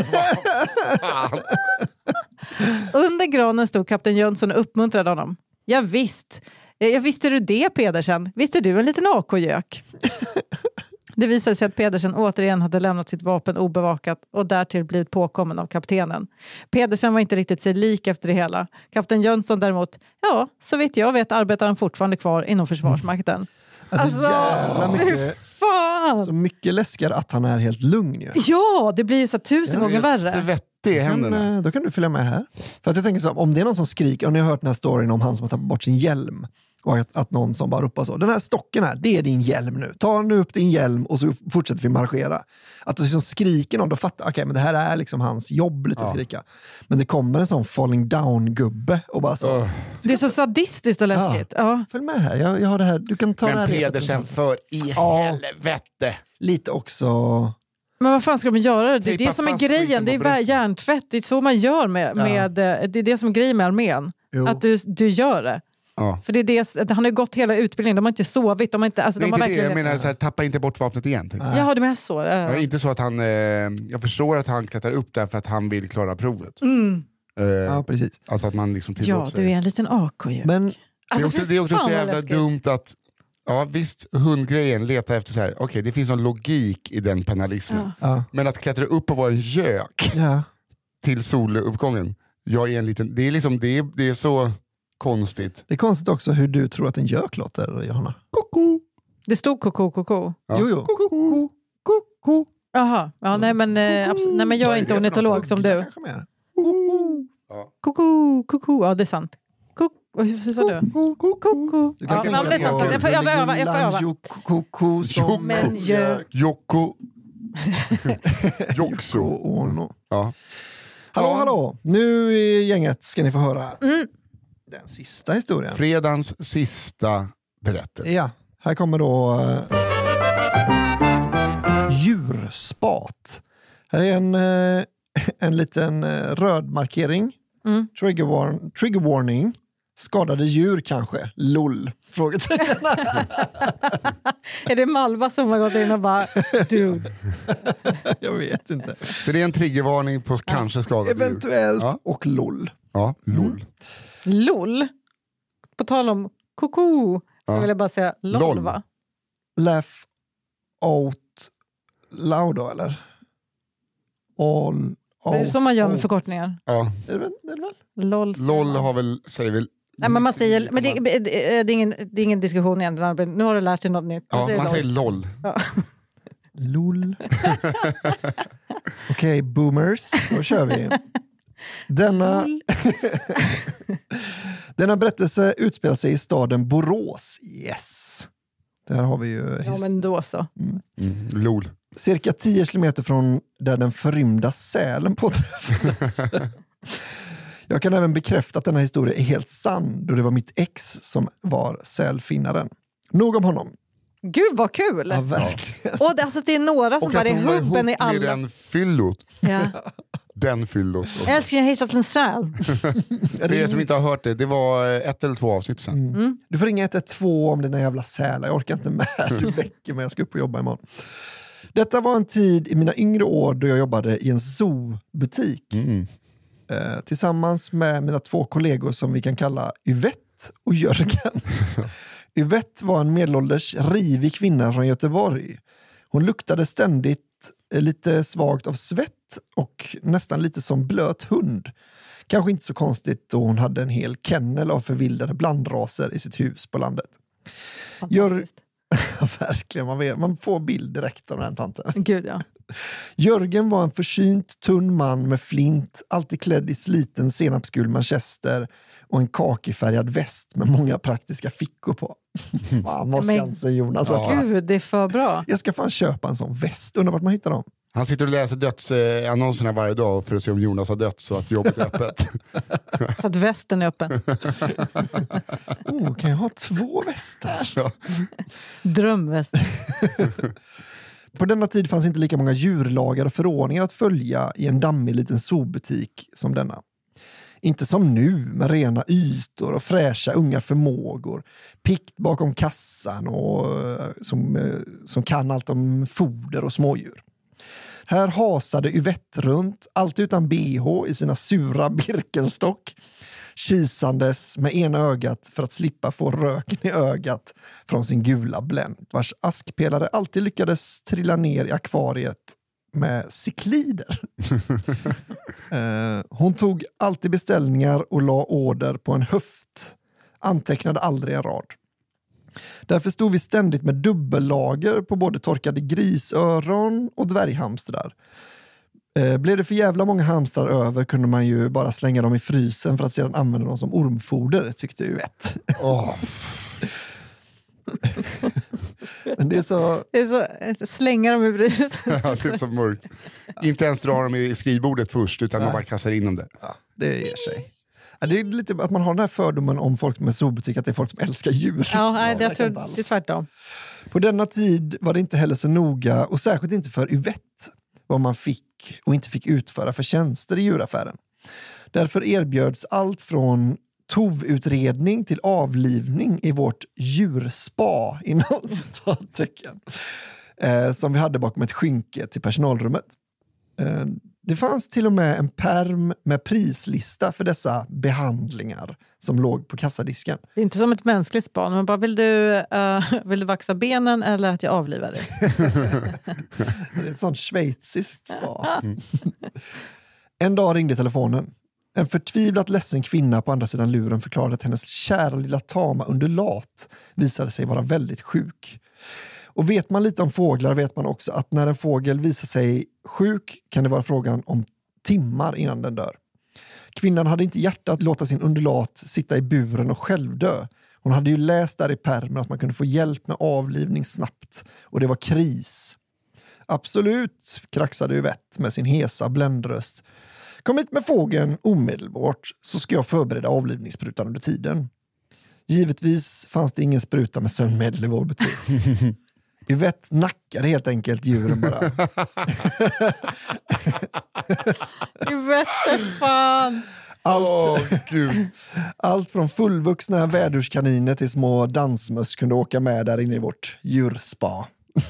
Under granen stod kapten Jönsson och uppmuntrade honom. Ja visst, jag visste du det Pedersen? Visste du en liten A K-gök? Det visade sig att Pedersen återigen hade lämnat sitt vapen obevakat och därtill blivit påkommen av kaptenen. Pedersen var inte riktigt sig lik efter det hela. Kapten Jönsson däremot, ja, så vitt jag vet arbetar han fortfarande kvar inom Försvarsmakten. Alltså, alltså jävla mycket, fan! Så mycket läskare att han är helt lugn ju. Ja, det blir ju så tusen gånger värre. Svettig i händerna. Men, då kan du följa med här. För att jag tänker så, om det är någon som skriker, och ni har hört den här storyn om han som har tappat bort sin hjälm. Och att, att någon som bara ropar så. Den här stocken här, det är din hjälm nu. Ta nu upp din hjälm och så fortsätter vi marschera. Att det liksom skriker någon, då fattar okej, okay, men det här är liksom hans jobb lite ja. att skrika. Men det kommer en sån falling down-gubbe och bara så. Uh. Det är så sadistiskt och läskigt. Ja. Ja. Följ med här, jag, jag har det här. Du kan ta men det här. Men Pedersen för i ja. helvete. Lite också. Men vad fan ska de göra? Det är det som är grejen. Det är hjärntvätt. Det är så man gör med, med det är det som är grejen med armén. Jo. Att du, du gör det. Ja. För det är det, han har gått hela utbildningen, de har inte sovit. De har inte, alltså, Nej, de har inte verkligen... det. Jag menar, så här, tappa inte bort vapnet igen. Ja, Jaha, du menar så. Uh. Ja, inte så att han, eh, jag förstår att han klättrar upp där för att han vill klara provet. Mm. Eh, Ja, precis. Alltså att man liksom Ja, du är en liten A K ju. Men det är Alltså, också, det är också så jävla dumt att, ja visst, hundgrejen letar efter så här. okej okay, det finns någon logik i den penalismen. Ja. ja, Men att klättra upp och vara en gök ja. till soluppgången, jag är en liten, det är liksom, det är, det är så konstigt. Det är konstigt också hur du tror att en gök låter, Johanna. Koko. Det stod koko, koko. Ja. Jo, jo. Koko, koko. Jaha, ja, nej, men, eh, abs- nej men jag är inte ornitolog som du. Kanske mer. Koko, koko, ja det är sant. Koko, hur sa du? Koko. Du kan Ja, tänka men det är sant. på Jag får jag får öva, jag får öva. Jokoko som Men gök. Jocko. Joxo. Ono. Ja. Hallå, Ja. hallå! Nu i gänget ska ni få höra Mm. den sista historien. Fredagens sista berättelse. Ja, här kommer då uh, djurspat. Här är en, uh, en liten uh, röd markering. Mm. Trigger, warn- trigger warning. Skadade djur kanske? Lol. Frågetecken. Är det Malva som har gått in och bara dude? Jag vet inte. Så det är en triggervarning på kanske skadade djur. Eventuellt Ja. och lol. Ja, lol. LOL? På tal om koko så Ja. vill jag bara säga LOL, LOL. va? Laugh out loud då, eller? All, Det är out, som man gör med out. förkortningar. Ja. Är det väl? Är det väl? LOL. LOL har väl, säger väl... Nej, men man säger, men det, det, det, är ingen, det är ingen diskussion egentligen, Albin. Nu har du lärt dig något nytt. Ja, man säger LOL. LOL. Ja. Lol. Okej, boomers. Då kör vi. Denna, LOL. denna berättelse utspelar sig i staden Borås. Yes. Där har vi ju Ja, his- men då så. Mm, LOL. cirka tio kilometer från där den förrymda sälen påträffades. Jag kan även bekräfta att denna historia är helt sann då det var mitt ex som var sälfinnaren. Nog om honom. Gud vad kul! Ja, verkligen. Och det, alltså, det är några som Och bara att är hon var ihop hubben i med alla. den fyllot. Ja. Den fyllot. Älskling, jag har hittat en säl. För er som inte har hört det, det var ett eller två avsnitt sen. Mm. Du får ringa ett ett två om dina jävla sälar. Jag orkar inte med. Du väcker mig. Jag ska upp och jobba imorgon. Detta var en tid i mina yngre år då jag jobbade i en zoobutik. Mm. Eh, tillsammans med mina två kollegor som vi kan kalla Yvette och Jörgen. Yvette var en medelålders rivig kvinna från Göteborg. Hon luktade ständigt eh, lite svagt av svett och nästan lite som blöt hund. Kanske inte så konstigt då hon hade en hel kennel av förvildade blandraser i sitt hus på landet. Fantastiskt. Verkligen, man, vet, man får bild direkt av den tanten. Gud ja. Jörgen var en försynt, tunn man med flint, alltid klädd i sliten senapsgul manchester och en kakifärgad väst med många praktiska fickor på. Fan vad Men- skansen Jonas. Ja. Alltså. Gud, det är för bra. Jag ska fan köpa en sån väst. Undrar vart man hittar dem. Han sitter och läser dödsannonserna varje dag för att se om Jonas har dött så att jobbet är öppet. Så att västen är öppen. Oh, kan jag ha två västar? Drömväst. På denna tid fanns inte lika många djurlagar och förordningar att följa i en dammig liten zoobutik som denna. Inte som nu med rena ytor och fräscha unga förmågor. Pikt bakom kassan och eh, som, eh, som kan allt om foder och smådjur. Här hasade Yvette runt, allt utan B H i sina sura Birkenstock. Kisandes med ena ögat för att slippa få röken i ögat från sin gula Blend, vars askpelare alltid lyckades trilla ner i akvariet med ciklider. eh, hon tog alltid beställningar och la order på en höft. Antecknade aldrig en rad. Därför stod vi ständigt med dubbellager på både torkade grisöron och dvärghamstrar. Eh, blev det för jävla många hamstrar över kunde man ju bara slänga dem i frysen för att sedan använda dem som ormfoder, tyckte ju ett. Oh. Men det är så... Det är så, slänga dem i bruset. Ja, det är så mörkt. Inte ens dra dem i skrivbordet först utan man bara kastar in dem där. Ja, det ger sig. Ja, det är lite att man har den här fördomen om folk med zoobutik att det är folk som älskar djur. Ja, nej, det, jag verkar inte tror alls. det är tvärtom. På denna tid var det inte heller så noga, och särskilt inte för Yvette, vad man fick och inte fick utföra för tjänster i djuraffären. Därför erbjöds allt från T O V-utredning till avlivning i vårt djurspa inom citattecken. Eh, som vi hade bakom ett skynke till personalrummet. Eh, det fanns till och med en perm med prislista för dessa behandlingar som låg på kassadisken. Det är inte som ett mänskligt spa, men bara vill du, uh, vill du vaxa benen eller att jag avlivar dig? Det är ett sånt schweiziskt spa. Mm. En dag ringde telefonen. En förtvivlat ledsen kvinna på andra sidan luren förklarade att hennes kära lilla tama undulat visade sig vara väldigt sjuk. Och vet man lite om fåglar vet man också att när en fågel visar sig sjuk kan det vara frågan om timmar innan den dör. Kvinnan hade inte hjärta att låta sin undulat sitta i buren och själv dö. Hon hade ju läst där i pärmen att man kunde få hjälp med avlivning snabbt. Och det var kris. Absolut, kraxade Yvette med sin hesa bländröst. Kom hit med fågeln omedelbart så ska jag förbereda avlivningssprutan under tiden. Givetvis fanns det ingen spruta med sömnmedel i vår butik. Yvette nackade helt enkelt djuren bara. Yvette, fan! Allt, oh, Gud. Allt från fullvuxna värduskaniner till små dansmöss kunde åka med där inne i vårt djurspa.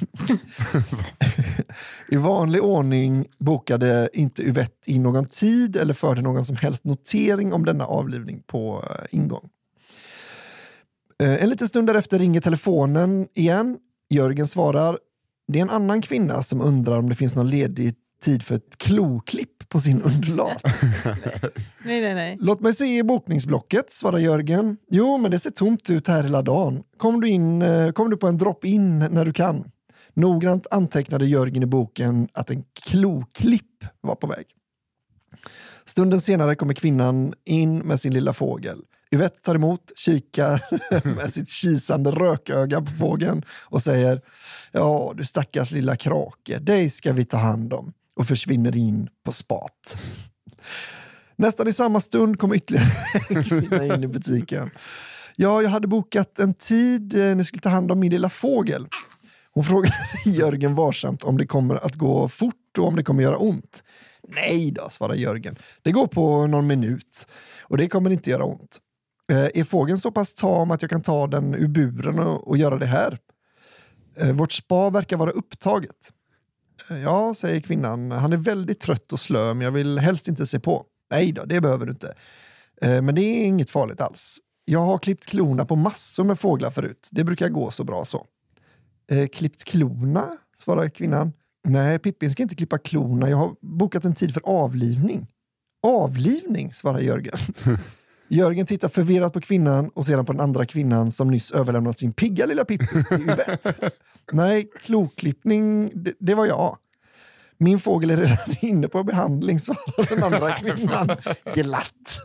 I vanlig ordning bokade inte Yvette in någon tid eller förde någon som helst notering om denna avlivning på ingång. En liten stund därefter ringer telefonen igen. Jörgen svarar. Det är en annan kvinna som undrar om det finns någon ledig tid för ett kloklipp på sin undulat. nej, nej, nej. Låt mig se i bokningsblocket, svarar Jörgen. Jo, men det ser tomt ut här hela dagen. Kom du, in, kom du på en drop-in när du kan? Noggrant antecknade Jörgen i boken att en kloklipp var på väg. Stunden senare kommer kvinnan in med sin lilla fågel. Yvette tar emot, kikar med sitt kisande rököga på fågeln och säger ja, du stackars lilla krake, dig ska vi ta hand om, och försvinner in på spat. Nästan i samma stund kommer ytterligare en kvinna in i butiken. Ja, jag hade bokat en tid ni skulle ta hand om min lilla fågel. Hon frågade Jörgen varsamt om det kommer att gå fort och om det kommer göra ont. Nej då, svarar Jörgen. Det går på någon minut och det kommer inte göra ont. Är fågeln så pass tam att jag kan ta den ur buren och, och göra det här? Vårt spa verkar vara upptaget. Ja, säger kvinnan. Han är väldigt trött och slö, men jag vill helst inte se på. Nej då, det behöver du inte. Men det är inget farligt alls. Jag har klippt klorna på massor med fåglar förut. Det brukar gå så bra så. Klippt klorna, svarar kvinnan. Nej, Pippin ska inte klippa klorna. Jag har bokat en tid för avlivning. Avlivning, svarar Jörgen. Jörgen tittar förvirrat på kvinnan och sedan på den andra kvinnan som nyss överlämnat sin pigga lilla Pippi till Yvette. Nej, klokklippning, det, det var jag. Min fågel är redan inne på behandling, svarar den andra kvinnan glatt.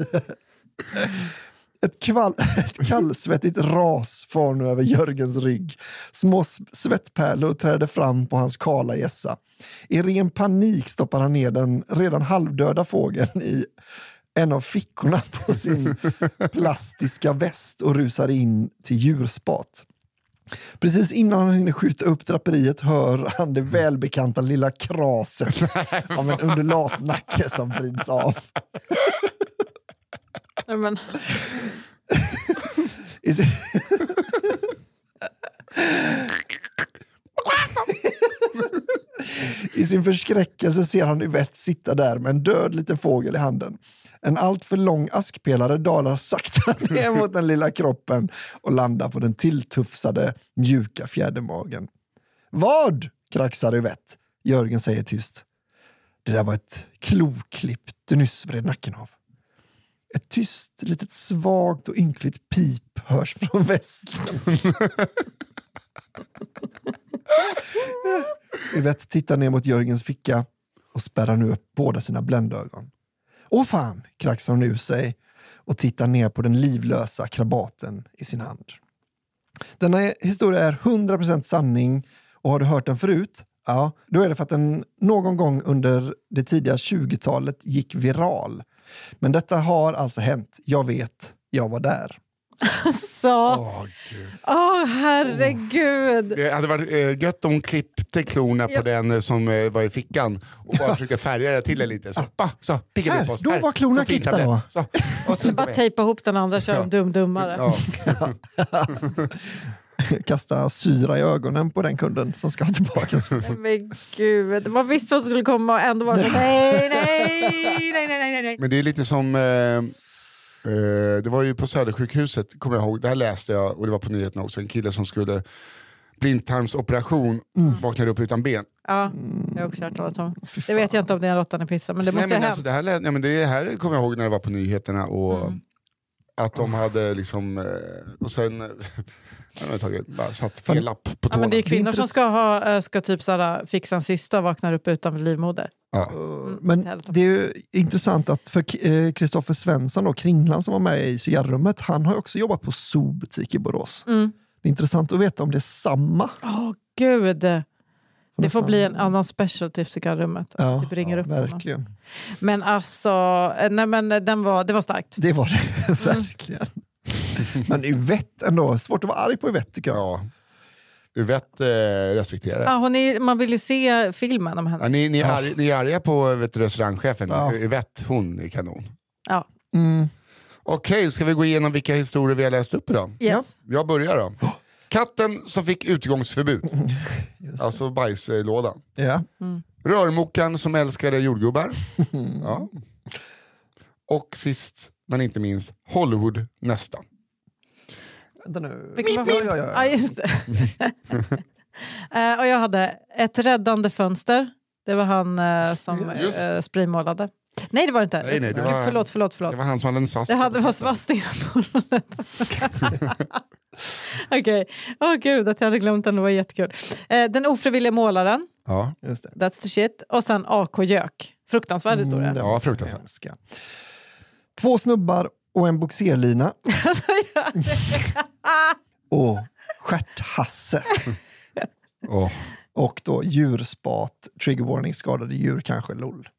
Ett, kval, ett kallsvettigt ras far nu över Jörgens rygg. Små svettpärlor träder fram på hans kala gässa. I ren panik stoppar han ner den redan halvdöda fågeln i en av fickorna på sin plastiska väst och rusar in till djurspat. Precis innan han hinner skjuta upp draperiet hör han det välbekanta lilla kraset av en undulatnacke som vrids av. Men... I, sin... I sin förskräckelse ser han Yvette sitta där med en död liten fågel i handen. En allt för lång askpelare dalar sakta ner mot den lilla kroppen och landar på den tilltufsade, mjuka fjädermagen. Vad? Kraxar Yvette. Jörgen säger tyst. Det där var ett kloklipp du nyss vred nacken av. Ett tyst, litet svagt och ynkligt pip hörs från västen. Yvette tittar ner mot Jörgens ficka och spärrar nu upp båda sina bländögon. Åh fan, kraxar hon ur sig och tittar ner på den livlösa krabaten i sin hand. Denna historia är hundra procent sanning, och har du hört den förut? Ja, då är det för att den någon gång under det tidiga tjugotalet gick viral. Men detta har alltså hänt. Jag vet, jag var där. Så. Åh, Gud. Åh, herregud. Det hade varit eh, gött om hon klippte klorna Ja. på den eh, som eh, var i fickan och bara försökte färga det till det lite. Så, ah, så pigga Här, upp oss. då Här, var klorna så fin klippta tablett. då. Så. Och så Bara tejpa ihop den andra, kör Ja. en dum-dummare. Ja. Kasta syra i ögonen på den kunden som ska ha tillbaka. Men gud, man visste att det skulle komma och ändå var det så nej, nej, nej, nej, nej, nej. Men det är lite som, eh, eh, det var ju på Södersjukhuset, kommer jag ihåg, det här läste jag och det var på nyheterna också, en kille som skulle blindtarmsoperation, mm. vaknade upp utan ben. Ja, jag har också hört talat om. Det vet jag inte om det är en råttande pissa, men det måste Nej, ju men ha alltså, hänt. det här, nej, men det här kommer jag ihåg när det var på nyheterna och Mm. att de hade liksom, eh, och sen eh, jag har tagit, bara satt fel lapp på Ja, tårna. men det är Det är kvinnor som intress- ska, ha, äh, ska typ såhär, fixa en cysta och vaknar upp utan livmoder. Ja. Men det är ju intressant att för Kristoffer Svensson, då, Kringlan som var med i cigarrummet, han har ju också jobbat på Zoobutik i Borås. Mm. Det är intressant att veta om det är samma. Åh gud. Det får bli en annan special till cigarrummet. Ja, typ ringer ja, upp honom. verkligen. Men alltså, nej men den var, det var starkt. Det var det verkligen. Men Yvette ändå, svårt att vara arg på Yvette tycker jag. Ja. Yvette eh, respekterar. Ja, hon är, man vill ju se filmen om henne. Ja, ni, ni, är arg, ni är arga på vet du, restaurangchefen. Ja. Yvette, hon är kanon. Ja. Mm. Okej, ska vi gå igenom vilka historier vi har läst upp idag? Yes. Jag börjar då. Katten som fick utgångsförbud. Alltså bajslådan. Ja. Rörmokaren som älskade jordgubbar. Ja. Och sist men inte minst Hollywood nästa. Vänta nu. Vilken var Ja, min? ja, ja. Ja, just det. Eh, och jag hade ett räddande fönster. Det var han uh, som Just. uh, spraymålade. Nej, det var det inte. Nej, nej, det Gud, var- förlåt, förlåt, förlåt. Det var han som hade en svast. Det hade var svastika på den. Okej. Åh gud, att jag hade glömt den. Det var jättekul. Eh, den ofrivilliga målaren. Ja, Just det. That's the shit. Och sen A K Gök. Fruktansvärd historia. Mm, det Ja, var fruktansvärt. hemska. Två snubbar och en boxerlina. Och stjärthasse. Åh. Och då djurspat, trigger warning, skadade djur kanske, lol.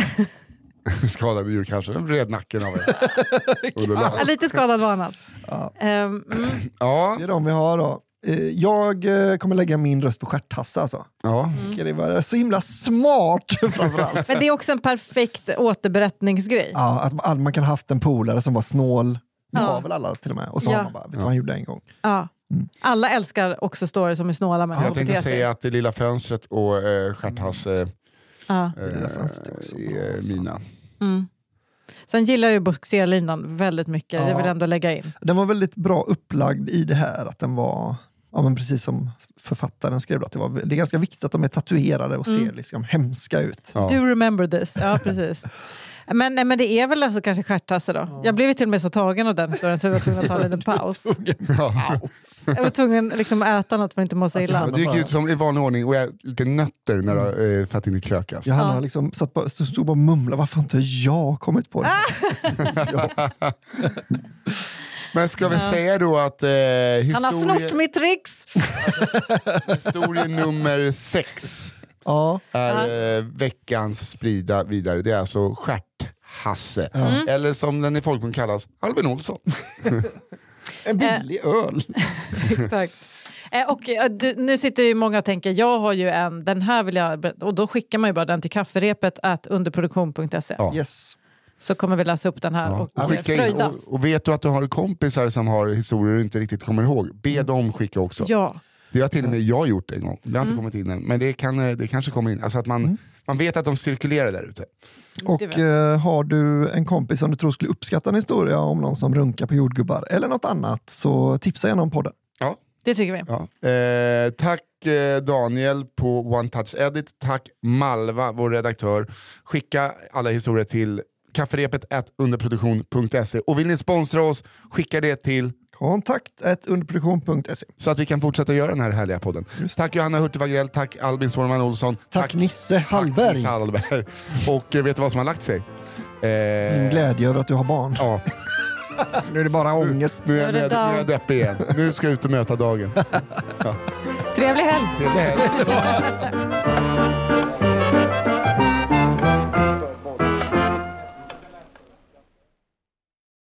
Skadade djur kanske. Den vred nacken av er. Ja, lite skadad var han. Ja. Ehm, mm. Ja, Det är de vi har då. Eh, Jag eh, kommer lägga min röst på stjärthasse alltså. ja. Tycker Det var så himla smart framförallt. Men det är också en perfekt återberättningsgrej. Ja, att man, man kan ha haft en polare som var snål. Det Ja. har väl alla till och med. Och så Ja. har man bara, vet du vad han gjorde en gång? Ja. Alla älskar också stories som är snåla men Jag ja, tänkte säga att det lilla fönstret och äh, stjärthasse ja. äh, lilla fönstret är också bra, är alltså. mina. Mm. Sen gillar jag ju boxerlinan väldigt mycket. Ja. Det vill jag ändå lägga in. Den var väldigt bra upplagd i det här. Att den var, ja, men precis som författaren skrev, då, att det, var, det är ganska viktigt att de är tatuerade och ser liksom hemska ut. Ja. Do remember this. Ja, precis. Men, nej, men det är väl alltså kanske stjärthasse då. Jag blev ju till och med så tagen av den historien så jag var tvungen att ta en liten paus. Ja. Jag var tvungen att liksom äta något för att inte må så illa. Ja, det gick ut som i vanlig ordning och jag lite nötter när, mm. för att inte krökas. Johanna Ja. har liksom satt på, stod bara och mumlade, varför har inte jag kommit på det? ja. Men ska vi säga då att eh, Han har snott historie, mitt tricks! historie nummer sex ja. är eh, veckans sprida vidare. Det är alltså stjärthasse. Eller som den i folkmun kallas, Albin Olsson. En billig öl. Exakt. Eh, och eh, du, nu sitter ju många och tänker, jag har ju en, den här vill jag, och då skickar man ju bara den till kafferepet at underproduktion punkt se. Ja. Yes. Så kommer vi läsa upp den här Ja. och, Och, och skicka in, fröjdas. och, och vet du att du har kompisar som har historier du inte riktigt kommer ihåg, be dem skicka också. Ja. Det har till och med jag gjort en gång. Det har inte kommit in än. Men det, kan, det kanske kommer in. Alltså att man, man vet att de cirkulerar där ute. Och vet. eh, har du en kompis som du tror skulle uppskatta en historia om någon som runkar på jordgubbar eller något annat, så tipsa gärna om podden. Ja. Det tycker vi. Ja. Eh, tack eh, Daniel på One Touch Edit. Tack Malva, vår redaktör. Skicka alla historier till kafferepet at underproduktion punkt se. Och vill ni sponsra oss, skicka det till Kontakt at underproduktion punkt se. så att vi kan fortsätta göra den här härliga podden. Tack Johanna Hurtig Wagrell, tack Albin Sårman Olsson. Tack Nisse Hallberg. Tack Nisse Hallberg. Och eh, vet du vad som har lagt sig? Eh, Min glädje över att du har barn. Ja, Nu är det bara ångest. nu är jag, Nu är nu det är jag deppig igen. Nu ska jag ut och möta dagen. Trevlig helg! Trevlig helg.